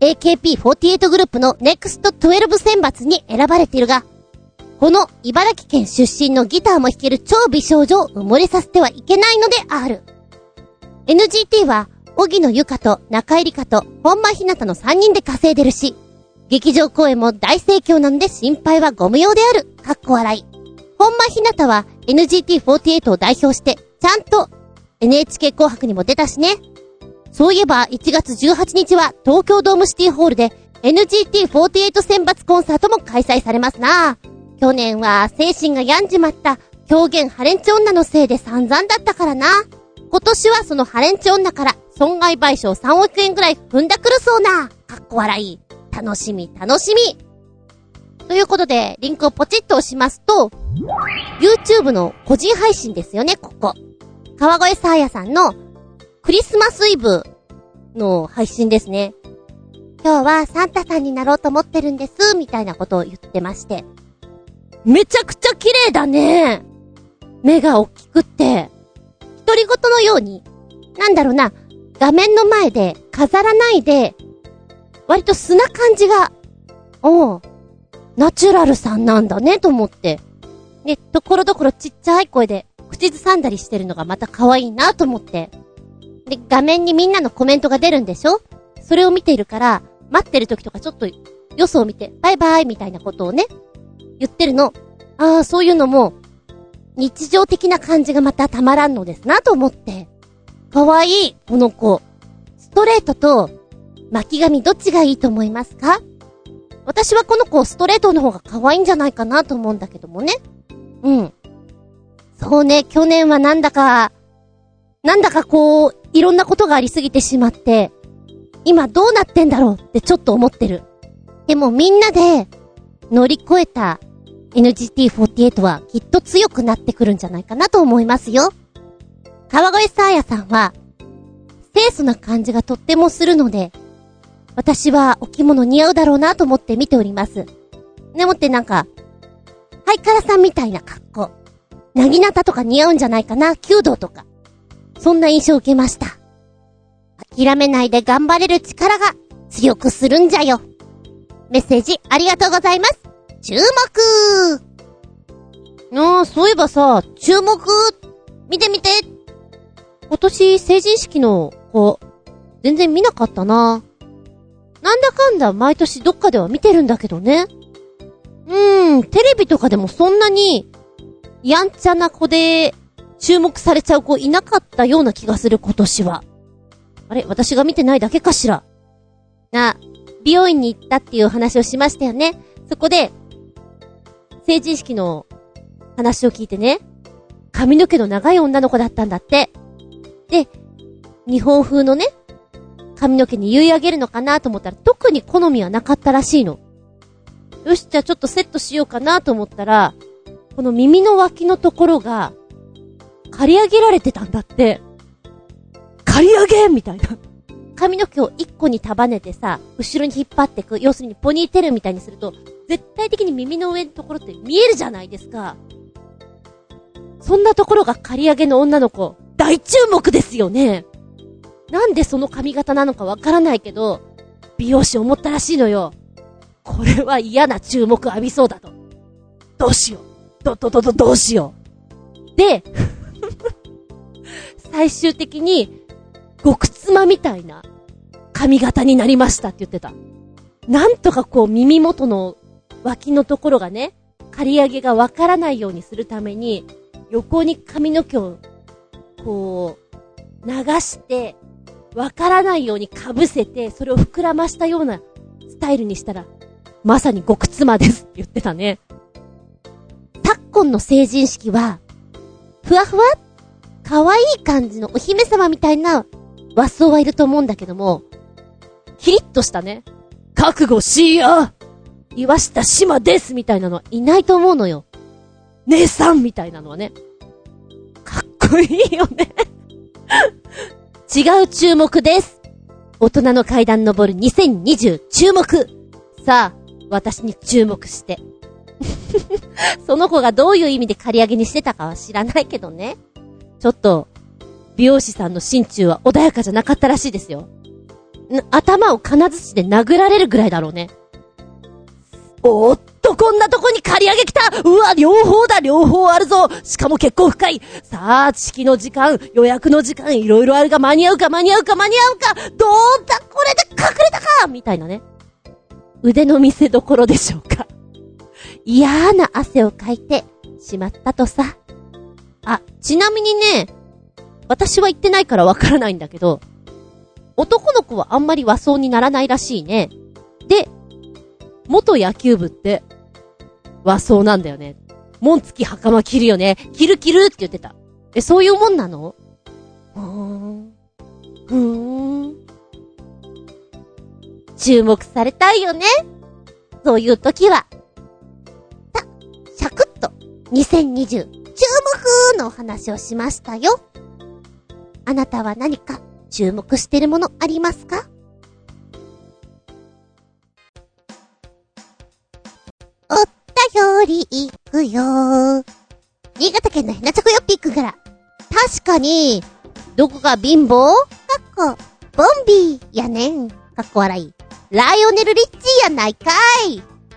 エーケーピーフォーティーエイト グループのネクストじゅうに選抜に選ばれているが、この茨城県出身のギターも弾ける超美少女を埋もれさせてはいけないのである。エヌジーティー は、荻野由香と中井里香と本間ひなたのさんにんで稼いでるし、劇場公演も大盛況なので心配はご無用である。かっこ笑い。本間ひなたは エヌジーティーフォーティーエイト を代表して、ちゃんと エヌエイチケー 紅白にも出たしね。そういえばいちがつじゅうはちにちは東京ドームシティホールで エヌジーティーフォーティーエイト 選抜コンサートも開催されますな。去年は精神が病んじまった狂言ハレンチ女のせいで散々だったからな。今年はそのハレンチ女から損害賠償さんおくえんぐらい踏んだくるそうな。かっこ笑い。楽しみ楽しみ。ということで、リンクをポチッと押しますと、YouTube の個人配信ですよね、ここ。川越さあやさんのクリスマスイブの配信ですね。今日はサンタさんになろうと思ってるんです、みたいなことを言ってまして。めちゃくちゃ綺麗だね。目が大きくって。独り言のように、なんだろうな、画面の前で飾らないで、割と素な感じが、おう、ナチュラルさんなんだねと思って。ね、ところどころちっちゃい声で口ずさんだりしてるのがまた可愛いなと思って。で、画面にみんなのコメントが出るんでしょ？それを見ているから、待ってる時とかちょっとよそを見て、バイバイみたいなことをね、言ってるの。ああ、そういうのも、日常的な感じがまたたまらんのですなと思って。可愛い、この子。ストレートと巻き髪どっちがいいと思いますか？私はこの子ストレートの方が可愛いんじゃないかなと思うんだけどもね。うん。そうね、去年はなんだか、なんだかこう、いろんなことがありすぎてしまって、今どうなってんだろうってちょっと思ってる。でもみんなで乗り越えた エヌジーティーフォーティーエイト はきっと強くなってくるんじゃないかなと思いますよ。川越さあやさんは、清楚な感じがとってもするので、私はお着物似合うだろうなと思って見ております。でもってなんか、ハイカラさんみたいな格好。なぎなたとか似合うんじゃないかな、弓道とか。そんな印象を受けました。諦めないで頑張れる力が強くするんじゃよ。メッセージありがとうございます。注目。ああ、そういえばさ、注目、見てみて。今年成人式の子、全然見なかったな。なんだかんだ毎年どっかでは見てるんだけどね。うーん、テレビとかでもそんなに、やんちゃな子で注目されちゃう子いなかったような気がする今年は。あれ、私が見てないだけかしら。な、美容院に行ったっていう話をしましたよね。そこで、成人式の話を聞いてね、髪の毛の長い女の子だったんだって。で、日本風のね、髪の毛に結い上げるのかなと思ったら特に好みはなかったらしいの。よし、じゃあちょっとセットしようかなと思ったら、この耳の脇のところが刈り上げられてたんだって。刈り上げみたいな。髪の毛を一個に束ねてさ、後ろに引っ張ってく、要するにポニーテールみたいにすると、絶対的に耳の上のところって見えるじゃないですか。そんなところが刈り上げの女の子、大注目ですよね。なんでその髪型なのかわからないけど、美容師思ったらしいのよ。これは嫌な注目浴びそうだと。どうしよう。ど、ど、ど、ど、どうしよう。で、最終的に、極妻みたいな髪型になりましたって言ってた。なんとかこう耳元の脇のところがね、刈り上げがわからないようにするために、横に髪の毛を、こう、流して、わからないように被せて、それを膨らましたようなスタイルにしたら、まさに極妻ですって言ってたね。昨今の成人式は、ふわふわ可愛い感じのお姫様みたいな和装はいると思うんだけども、キリッとしたね、覚悟しや岩下志麻ですみたいなのはいないと思うのよ。姉さんみたいなのはね。かっこいいよね。違う注目です。大人の階段登るにせんにじゅう注目。さあ、私に注目して。その子がどういう意味で刈り上げにしてたかは知らないけどね。ちょっと、美容師さんの心中は穏やかじゃなかったらしいですよ。 頭を金槌で殴られるぐらいだろうね。おーっと、こんなとこに借り上げ来た。うわ、両方だ、両方あるぞ。しかも結構深い。さあ、式の時間、予約の時間、いろいろあるが間に合うか間に合うか間に合うか。どうだ、これで隠れたかみたいなね。腕の見せ所でしょうか。嫌な汗をかいてしまったとさ。あ、ちなみにね、私は言ってないからわからないんだけど、男の子はあんまり和装にならないらしいね。で、元野球部って和装なんだよね。紋付き袴着るよね。着る着るって言ってた。え、そういうもんなの？ふーん。ふーん。注目されたいよね。そういう時は。さ、シャクッとにせんにじゅう注目のお話をしましたよ。あなたは何か注目してるものありますか？おったより行くよ。新潟県のヘナチョコヨッピーくんから。確かに、どこが貧乏？かっこ、ボンビーやねん。かっこ笑い。ライオネル・リッチーやないかい。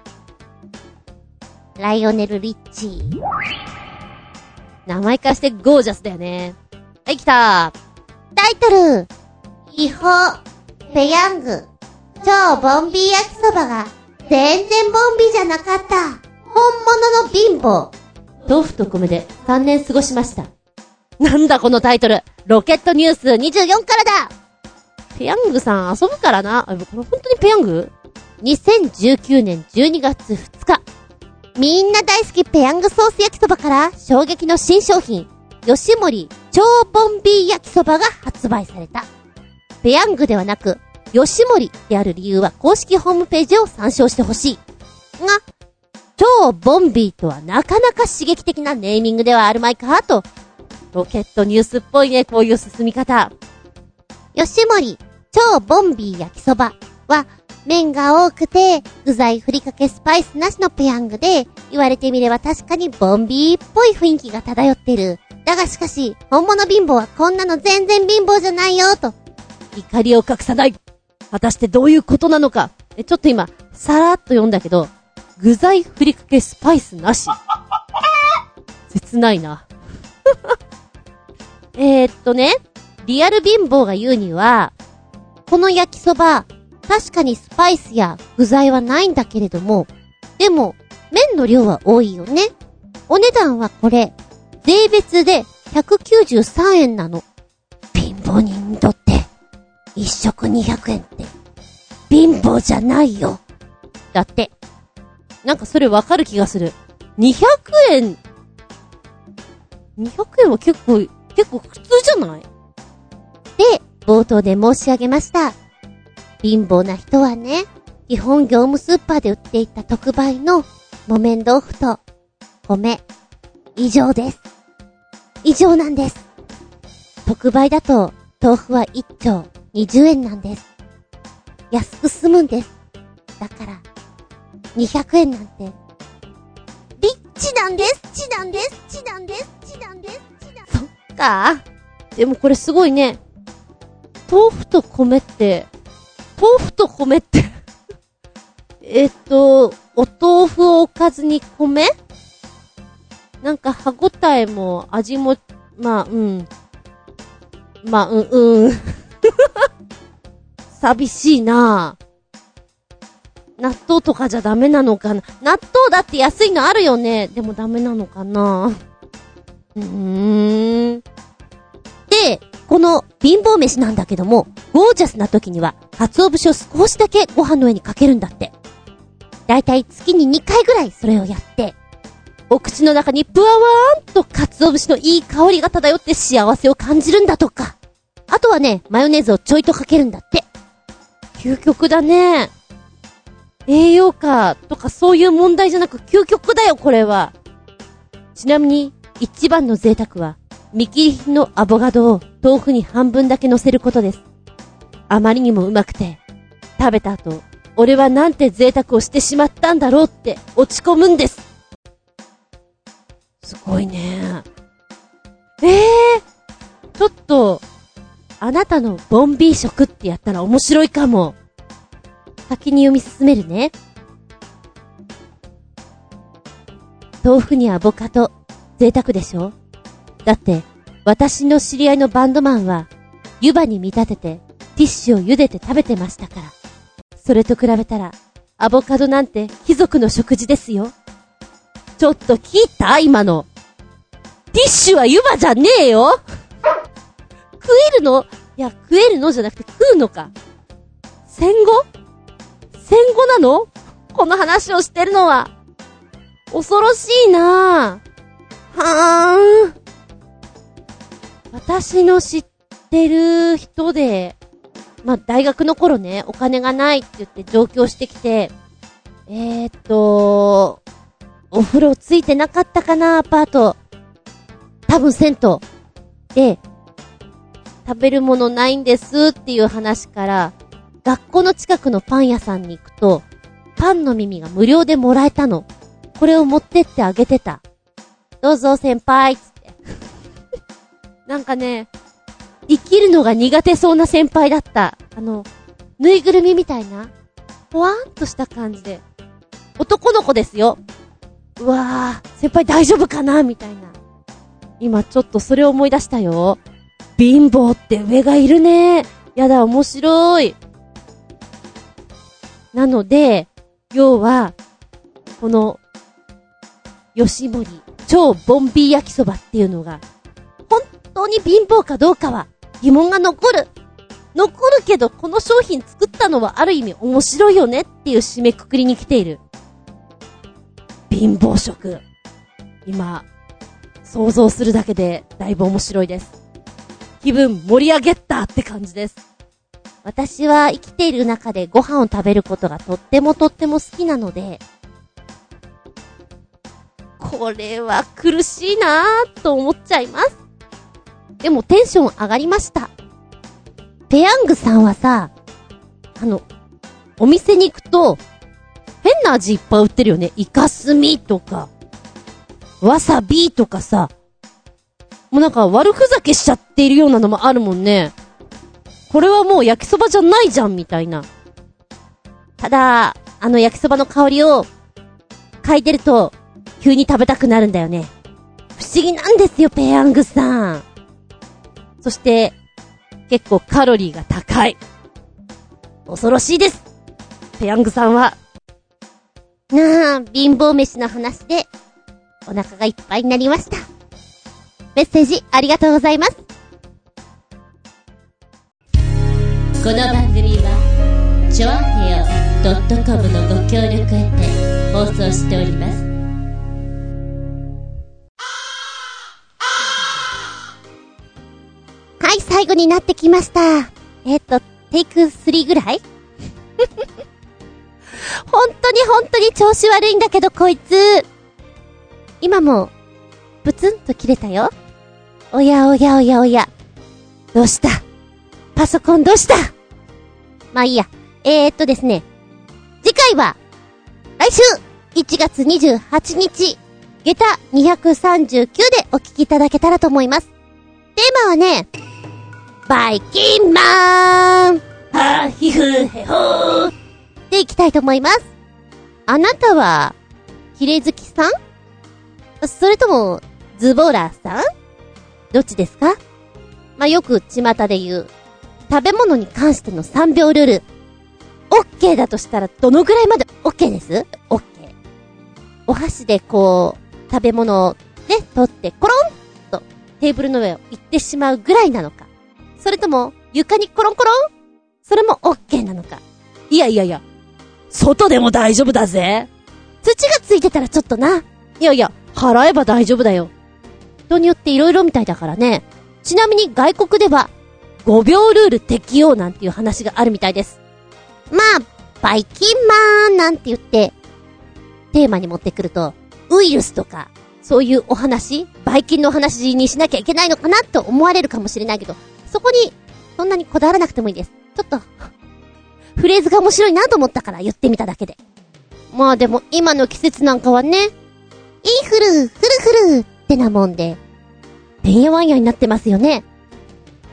ライオネル・リッチー。名前からしてゴージャスだよね。はい、来た。タイトル。違法、ペヤング、超ボンビー焼きそばが全然ボンビーじゃなかった。本物の貧乏。豆腐と米でさんねん過ごしました。なんだこのタイトル。ロケットニュースにじゅうよんからだ。ペヤングさん遊ぶからな。あ、これ本当にペヤング？ にせんじゅうきゅうねんじゅうにがつふつか。みんな大好きペヤングソース焼きそばから衝撃の新商品、吉森超ボンビー焼きそばが発売された。ペヤングではなく、吉森である理由は公式ホームページを参照してほしい。が、超ボンビーとはなかなか刺激的なネーミングではあるまいかと。ロケットニュースっぽいね、こういう進み方。吉森超ボンビー焼きそばは、麺が多くて、具材ふりかけスパイスなしのペヤングで、言われてみれば確かにボンビーっぽい雰囲気が漂ってる。だがしかし、本物貧乏はこんなの全然貧乏じゃないよ、と。怒りを隠さない。果たしてどういうことなのか。え、ちょっと今、さらっと読んだけど、具材ふりかけスパイスなし。切ないな。えーっとね、リアル貧乏が言うには、この焼きそば、確かにスパイスや具材はないんだけれども、でも、麺の量は多いよね。お値段はこれ、税別でひゃくきゅうじゅうさんえんなの。貧乏人にとって、一食にひゃくえんって、貧乏じゃないよ。だって。なんかそれわかる気がする。にひゃくえん、にひゃくえんは結構、結構普通じゃない？で、冒頭で申し上げました。貧乏な人はね、基本業務スーパーで売っていた特売の木綿豆腐と米、以上です。以上なんです。特売だと豆腐はいっちょうにじゅうえんなんです。安く済むんです。だから、にひゃくえんなんて、リッチなんです。チなんです。チなんです。チなんです。チなんです。そっか。でもこれすごいね。豆腐と米って、豆腐と米ってえっと、お豆腐をおかずに米？なんか歯ごたえも味も、まあ、うん。まあ、うん、うん。寂しいなぁ。納豆とかじゃダメなのかな。納豆だって安いのあるよね。でもダメなのかな。うーん。で、この貧乏飯なんだけども、ゴージャスな時には、鰹節を少しだけご飯の上にかけるんだって。だいたい月ににかいぐらいそれをやって、お口の中にブワワーンと鰹節のいい香りが漂って幸せを感じるんだとか。あとはね、マヨネーズをちょいとかけるんだって。究極だね。栄養価とかそういう問題じゃなく究極だよ、これは。ちなみに、一番の贅沢は、見切り品のアボカドを豆腐に半分だけ乗せることです。あまりにもうまくて、食べた後、俺はなんて贅沢をしてしまったんだろうって落ち込むんです。すごいね。えー、ちょっと、あななたのボンビー食ってやったら面白いかも。先に読み進めるね。豆腐にアボカド、贅沢でしょ？だって、私の知り合いのバンドマンは、湯葉に見立てて、ティッシュを茹でて食べてましたから。それと比べたら、アボカドなんて貴族の食事ですよ。ちょっと聞いた？今の。ティッシュは湯葉じゃねえよ食えるの？いや、食えるのじゃなくて食うのか。戦後？戦後なの？この話をしてるのは。恐ろしいなぁ。はーん。私の知ってる人で、まあ、大学の頃ね、お金がないって言って上京してきて、えーっと、お風呂ついてなかったかな、アパート。多分銭湯。で、食べるものないんですっていう話から、学校の近くのパン屋さんに行くと、パンの耳が無料でもらえたの。これを持ってってあげてた。どうぞ先輩つって。なんかね、生きるのが苦手そうな先輩だった。あの、ぬいぐるみみたいな、ぽわーんとした感じで。男の子ですよ。うわー、先輩大丈夫かなみたいな。今ちょっとそれを思い出したよ。貧乏って上がいるね。やだ、面白い。なので、要は、この、吉森超ボンビー焼きそばっていうのが、本当に貧乏かどうかは疑問が残る。残るけど、この商品作ったのはある意味面白いよねっていう締めくくりに来ている。貧乏食。今、想像するだけでだいぶ面白いです。気分盛り上げったって感じです。私は生きている中でご飯を食べることがとってもとっても好きなので、これは苦しいなぁと思っちゃいます。でもテンション上がりました。ペヤングさんはさ、あの、お店に行くと、変な味いっぱい売ってるよね。イカスミとか、わさびとかさ、もうなんか悪ふざけしちゃっているようなのもあるもんね。これはもう焼きそばじゃないじゃんみたいな。ただ、あの焼きそばの香りを嗅いでると、急に食べたくなるんだよね。不思議なんですよ、ペヤングさん。そして、結構カロリーが高い。恐ろしいです。ペヤングさんは。なあ、貧乏飯の話で、お腹がいっぱいになりました。メッセージありがとうございます。 この番組は、ちょあへよ .com のご協力へて放送しております。 はい、最後になってきました。えっと、テイクスリーぐらい本当に本当に調子悪いんだけど、こいつ。今も、ブツンと切れたよ。おやおやおやおや。どうした？パソコンどうした？まあいいや。えーっとですね。次回は、来週、いちがつにじゅうはちにち、下駄にひゃくさんじゅうきゅうでお聞きいただけたらと思います。テーマはね、バイキンマンはひふへほーでいきたいと思います。あなたは、綺麗好きさん？それとも、ズボラさん？どっちですか？まあ、よく巷で言う、食べ物に関してのさんびょうルール。OK だとしたらどのぐらいまで OK です？ OK。お箸でこう、食べ物をね、取ってコロンとテーブルの上を行ってしまうぐらいなのか。それとも、床にコロンコロン？それも OK なのか。いやいやいや、外でも大丈夫だぜ。土がついてたらちょっとな。いやいや、払えば大丈夫だよ。人によって色々みたいだからね。ちなみに外国ではごびょうルール適用なんていう話があるみたいです。まあ、バイキンマンなんて言ってテーマに持ってくると、ウイルスとかそういうお話、バイキンのお話にしなきゃいけないのかなと思われるかもしれないけど、そこにそんなにこだわらなくてもいいです。ちょっとフレーズが面白いなと思ったから言ってみただけで。まあでも今の季節なんかはね、インフル、フルフルってなもんで、てんやわんやになってますよね。て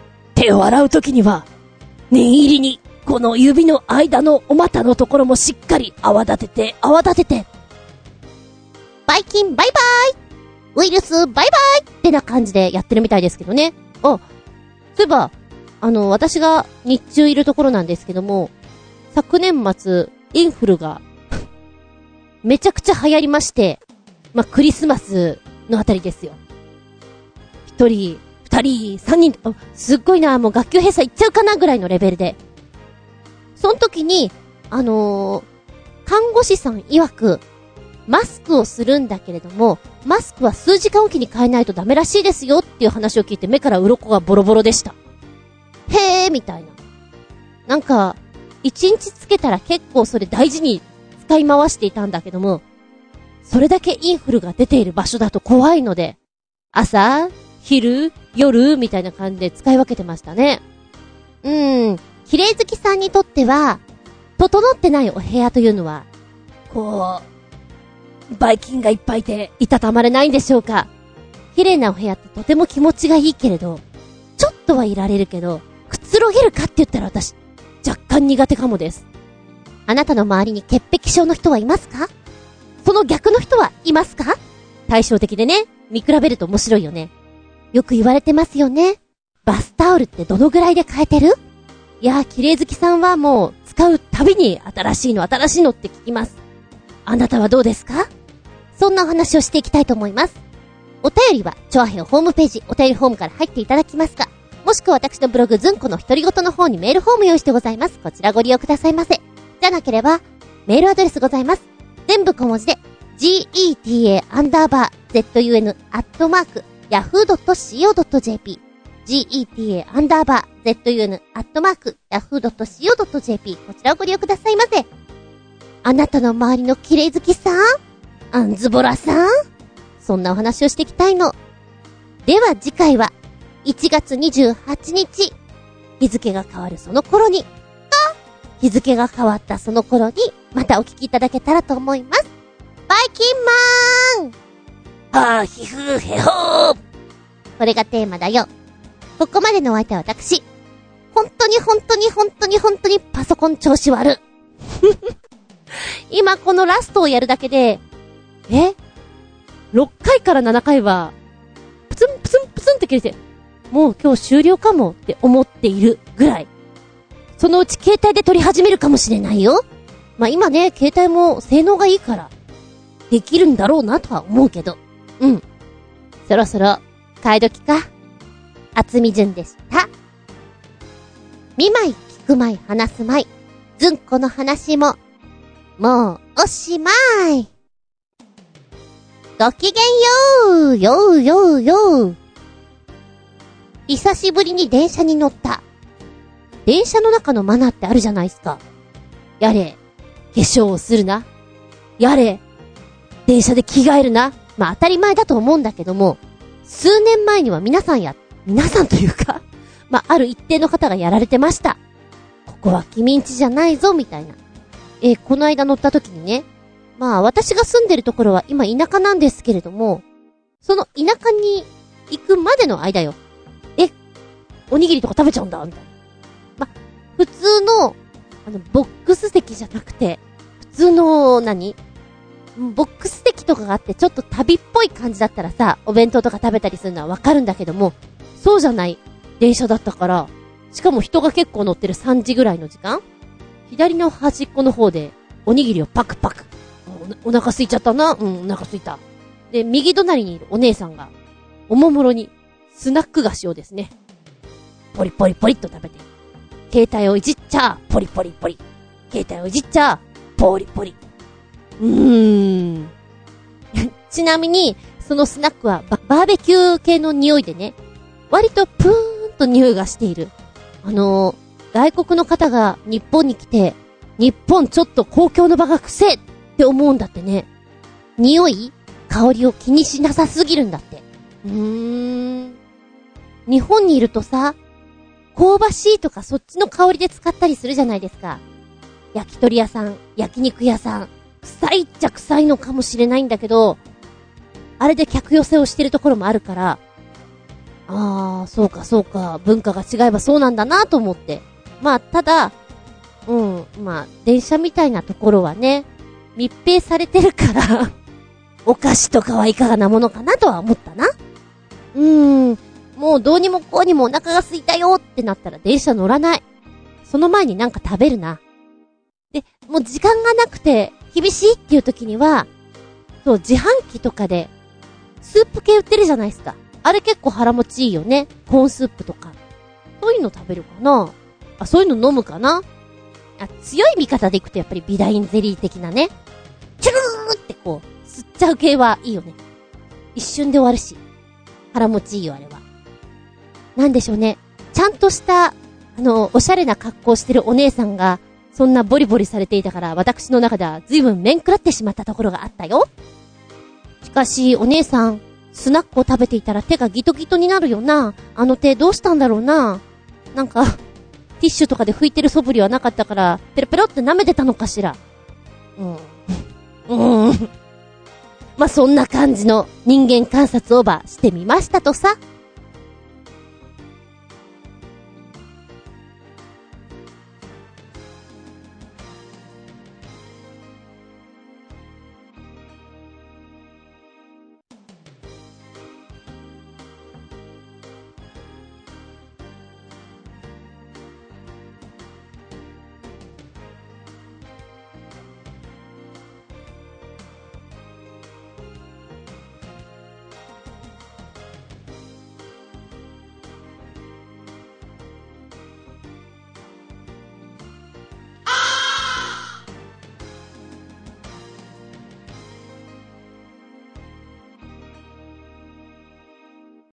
手を洗うときには、念入りに、この指の間のお股のところもしっかり泡立てて、泡立てて。バイキンバイバイウイルスバイバイってな感じでやってるみたいですけどね。あ、そういえば、あの、私が日中いるところなんですけども、昨年末、インフルが、めちゃくちゃ流行りまして、まあ、クリスマスのあたりですよ。一人、二人、三人、あ、すっごいな、もう学級閉鎖いっちゃうかなぐらいのレベルで。その時に、あのー、看護師さん曰く、マスクをするんだけれども、マスクは数時間おきに変えないとダメらしいですよっていう話を聞いて目から鱗がボロボロでした。へーみたいな。なんか、一日つけたら結構それ大事に使い回していたんだけども、それだけインフルが出ている場所だと怖いので、朝、昼、夜みたいな感じで使い分けてましたね。うーん、綺麗好きさんにとっては、整ってないお部屋というのは、こう、ばい菌がいっぱいいて、いたたまれないんでしょうか。綺麗なお部屋ってとても気持ちがいいけれど、ちょっとはいられるけど、くつろげるかって言ったら私、若干苦手かもです。あなたの周りに潔癖症の人はいますか？その逆の人はいますか？対照的でね、見比べると面白いよね。よく言われてますよね。バスタオルってどのぐらいで変えてる？いやー、綺麗好きさんはもう使うたびに新しいの新しいのって聞きます。あなたはどうですか？そんなお話をしていきたいと思います。お便りはチョアヘオホームページお便りフォームから入っていただきますか、もしくは私のブログズンコの独り言の方にメールフォーム用意してございます。こちらご利用くださいませ。じゃなければメールアドレスございます。全部小文字で geta アンダーバー zun アットマーク yahoo.co.jp geta アンダーバー zun アットマーク yahoo.co.jp こちらをご利用くださいませ。あなたの周りの綺麗好きさん、アンズボラさん、そんなお話をしていきたいの。では次回はいちがつにじゅうはちにち、日付が変わるその頃に、か、日付が変わったその頃に、またお聞きいただけたらと思います。バイキンマーン、あーひふへほー、これがテーマだよ。ここまでのお相手は私。本当に本当に本当に本当にパソコン調子悪。今このラストをやるだけで、えろっかいからななかいは、プツンプツンプツンって切れて、もう今日終了かもって思っているぐらい。そのうち携帯で撮り始めるかもしれないよ。まあ今ね、携帯も性能がいいから、できるんだろうなとは思うけど。うん。そろそろ、替え時か。あつみじゅんでした。見舞い、聞く舞い、話す舞い。ずんこの話も、もう、おしまい。ごきげんよう、ようようよう。久しぶりに電車に乗った。電車の中のマナーってあるじゃないですか。やれ、化粧をするな。やれ、電車で着替えるな。まあ当たり前だと思うんだけども、数年前には皆さんや、皆さんというか、まあある一定の方がやられてました。ここは君んちじゃないぞ、みたいな。えー、この間乗った時にね、まあ私が住んでるところは今田舎なんですけれども、その田舎に行くまでの間よ。え、おにぎりとか食べちゃうんだみたいな。ま、普通の、あの、ボックス席じゃなくて、普通の、何？ボックス席とかがあってちょっと旅っぽい感じだったらさ、お弁当とか食べたりするのはわかるんだけども、そうじゃない電車だったから、しかも人が結構乗ってるさんじぐらいの時間？左の端っこの方で、おにぎりをパクパク。お, お腹空いちゃったな。うん、お腹空いた。で、右隣にいるお姉さんが、おもむろに、スナック菓子をですね、ポリポリポリっと食べて、携帯をいじっちゃ、ポリポリポリ。携帯をいじっちゃ、ポリポリ。うーん。ちなみに、そのスナックはバ、バーベキュー系の匂いでね、割とプーンと匂いがしている。あのー、外国の方が日本に来て、日本ちょっと公共の場がくせって思うんだってね。匂い？香りを気にしなさすぎるんだって。うーん。日本にいるとさ、香ばしいとかそっちの香りで使ったりするじゃないですか。焼き鳥屋さん、焼肉屋さん。臭いっちゃ臭いのかもしれないんだけど、あれで客寄せをしてるところもあるから、あああ、そうかそうか。文化が違えばそうなんだなと思って。まあ、ただ、うん、まあ、電車みたいなところはね、密閉されてるから、お菓子とかはいかがなものかなとは思ったな。うーん、もうどうにもこうにもお腹が空いたよってなったら電車乗らない。その前になんか食べるな。で、もう時間がなくて厳しいっていう時には、そう、自販機とかで、スープ系売ってるじゃないですか。あれ結構腹持ちいいよね。コーンスープとか。そういうの食べるかな。あ、そういうの飲むかな。あ、強い味方でいくとやっぱりビダインゼリー的なね。チュルーってこう、吸っちゃう系はいいよね。一瞬で終わるし。腹持ちいいよ、あれは。なんでしょうね。ちゃんとした、あの、おしゃれな格好してるお姉さんが、そんなボリボリされていたから、私の中では随分面食らってしまったところがあったよ。しかし、お姉さん、スナックを食べていたら手がギトギトになるよな。あの手どうしたんだろうな。なんか、ティッシュとかで拭いてる素振りはなかったから、ペロペロって舐めてたのかしら。うん。うん。まあ、そんな感じの人間観察オーバーしてみましたとさ。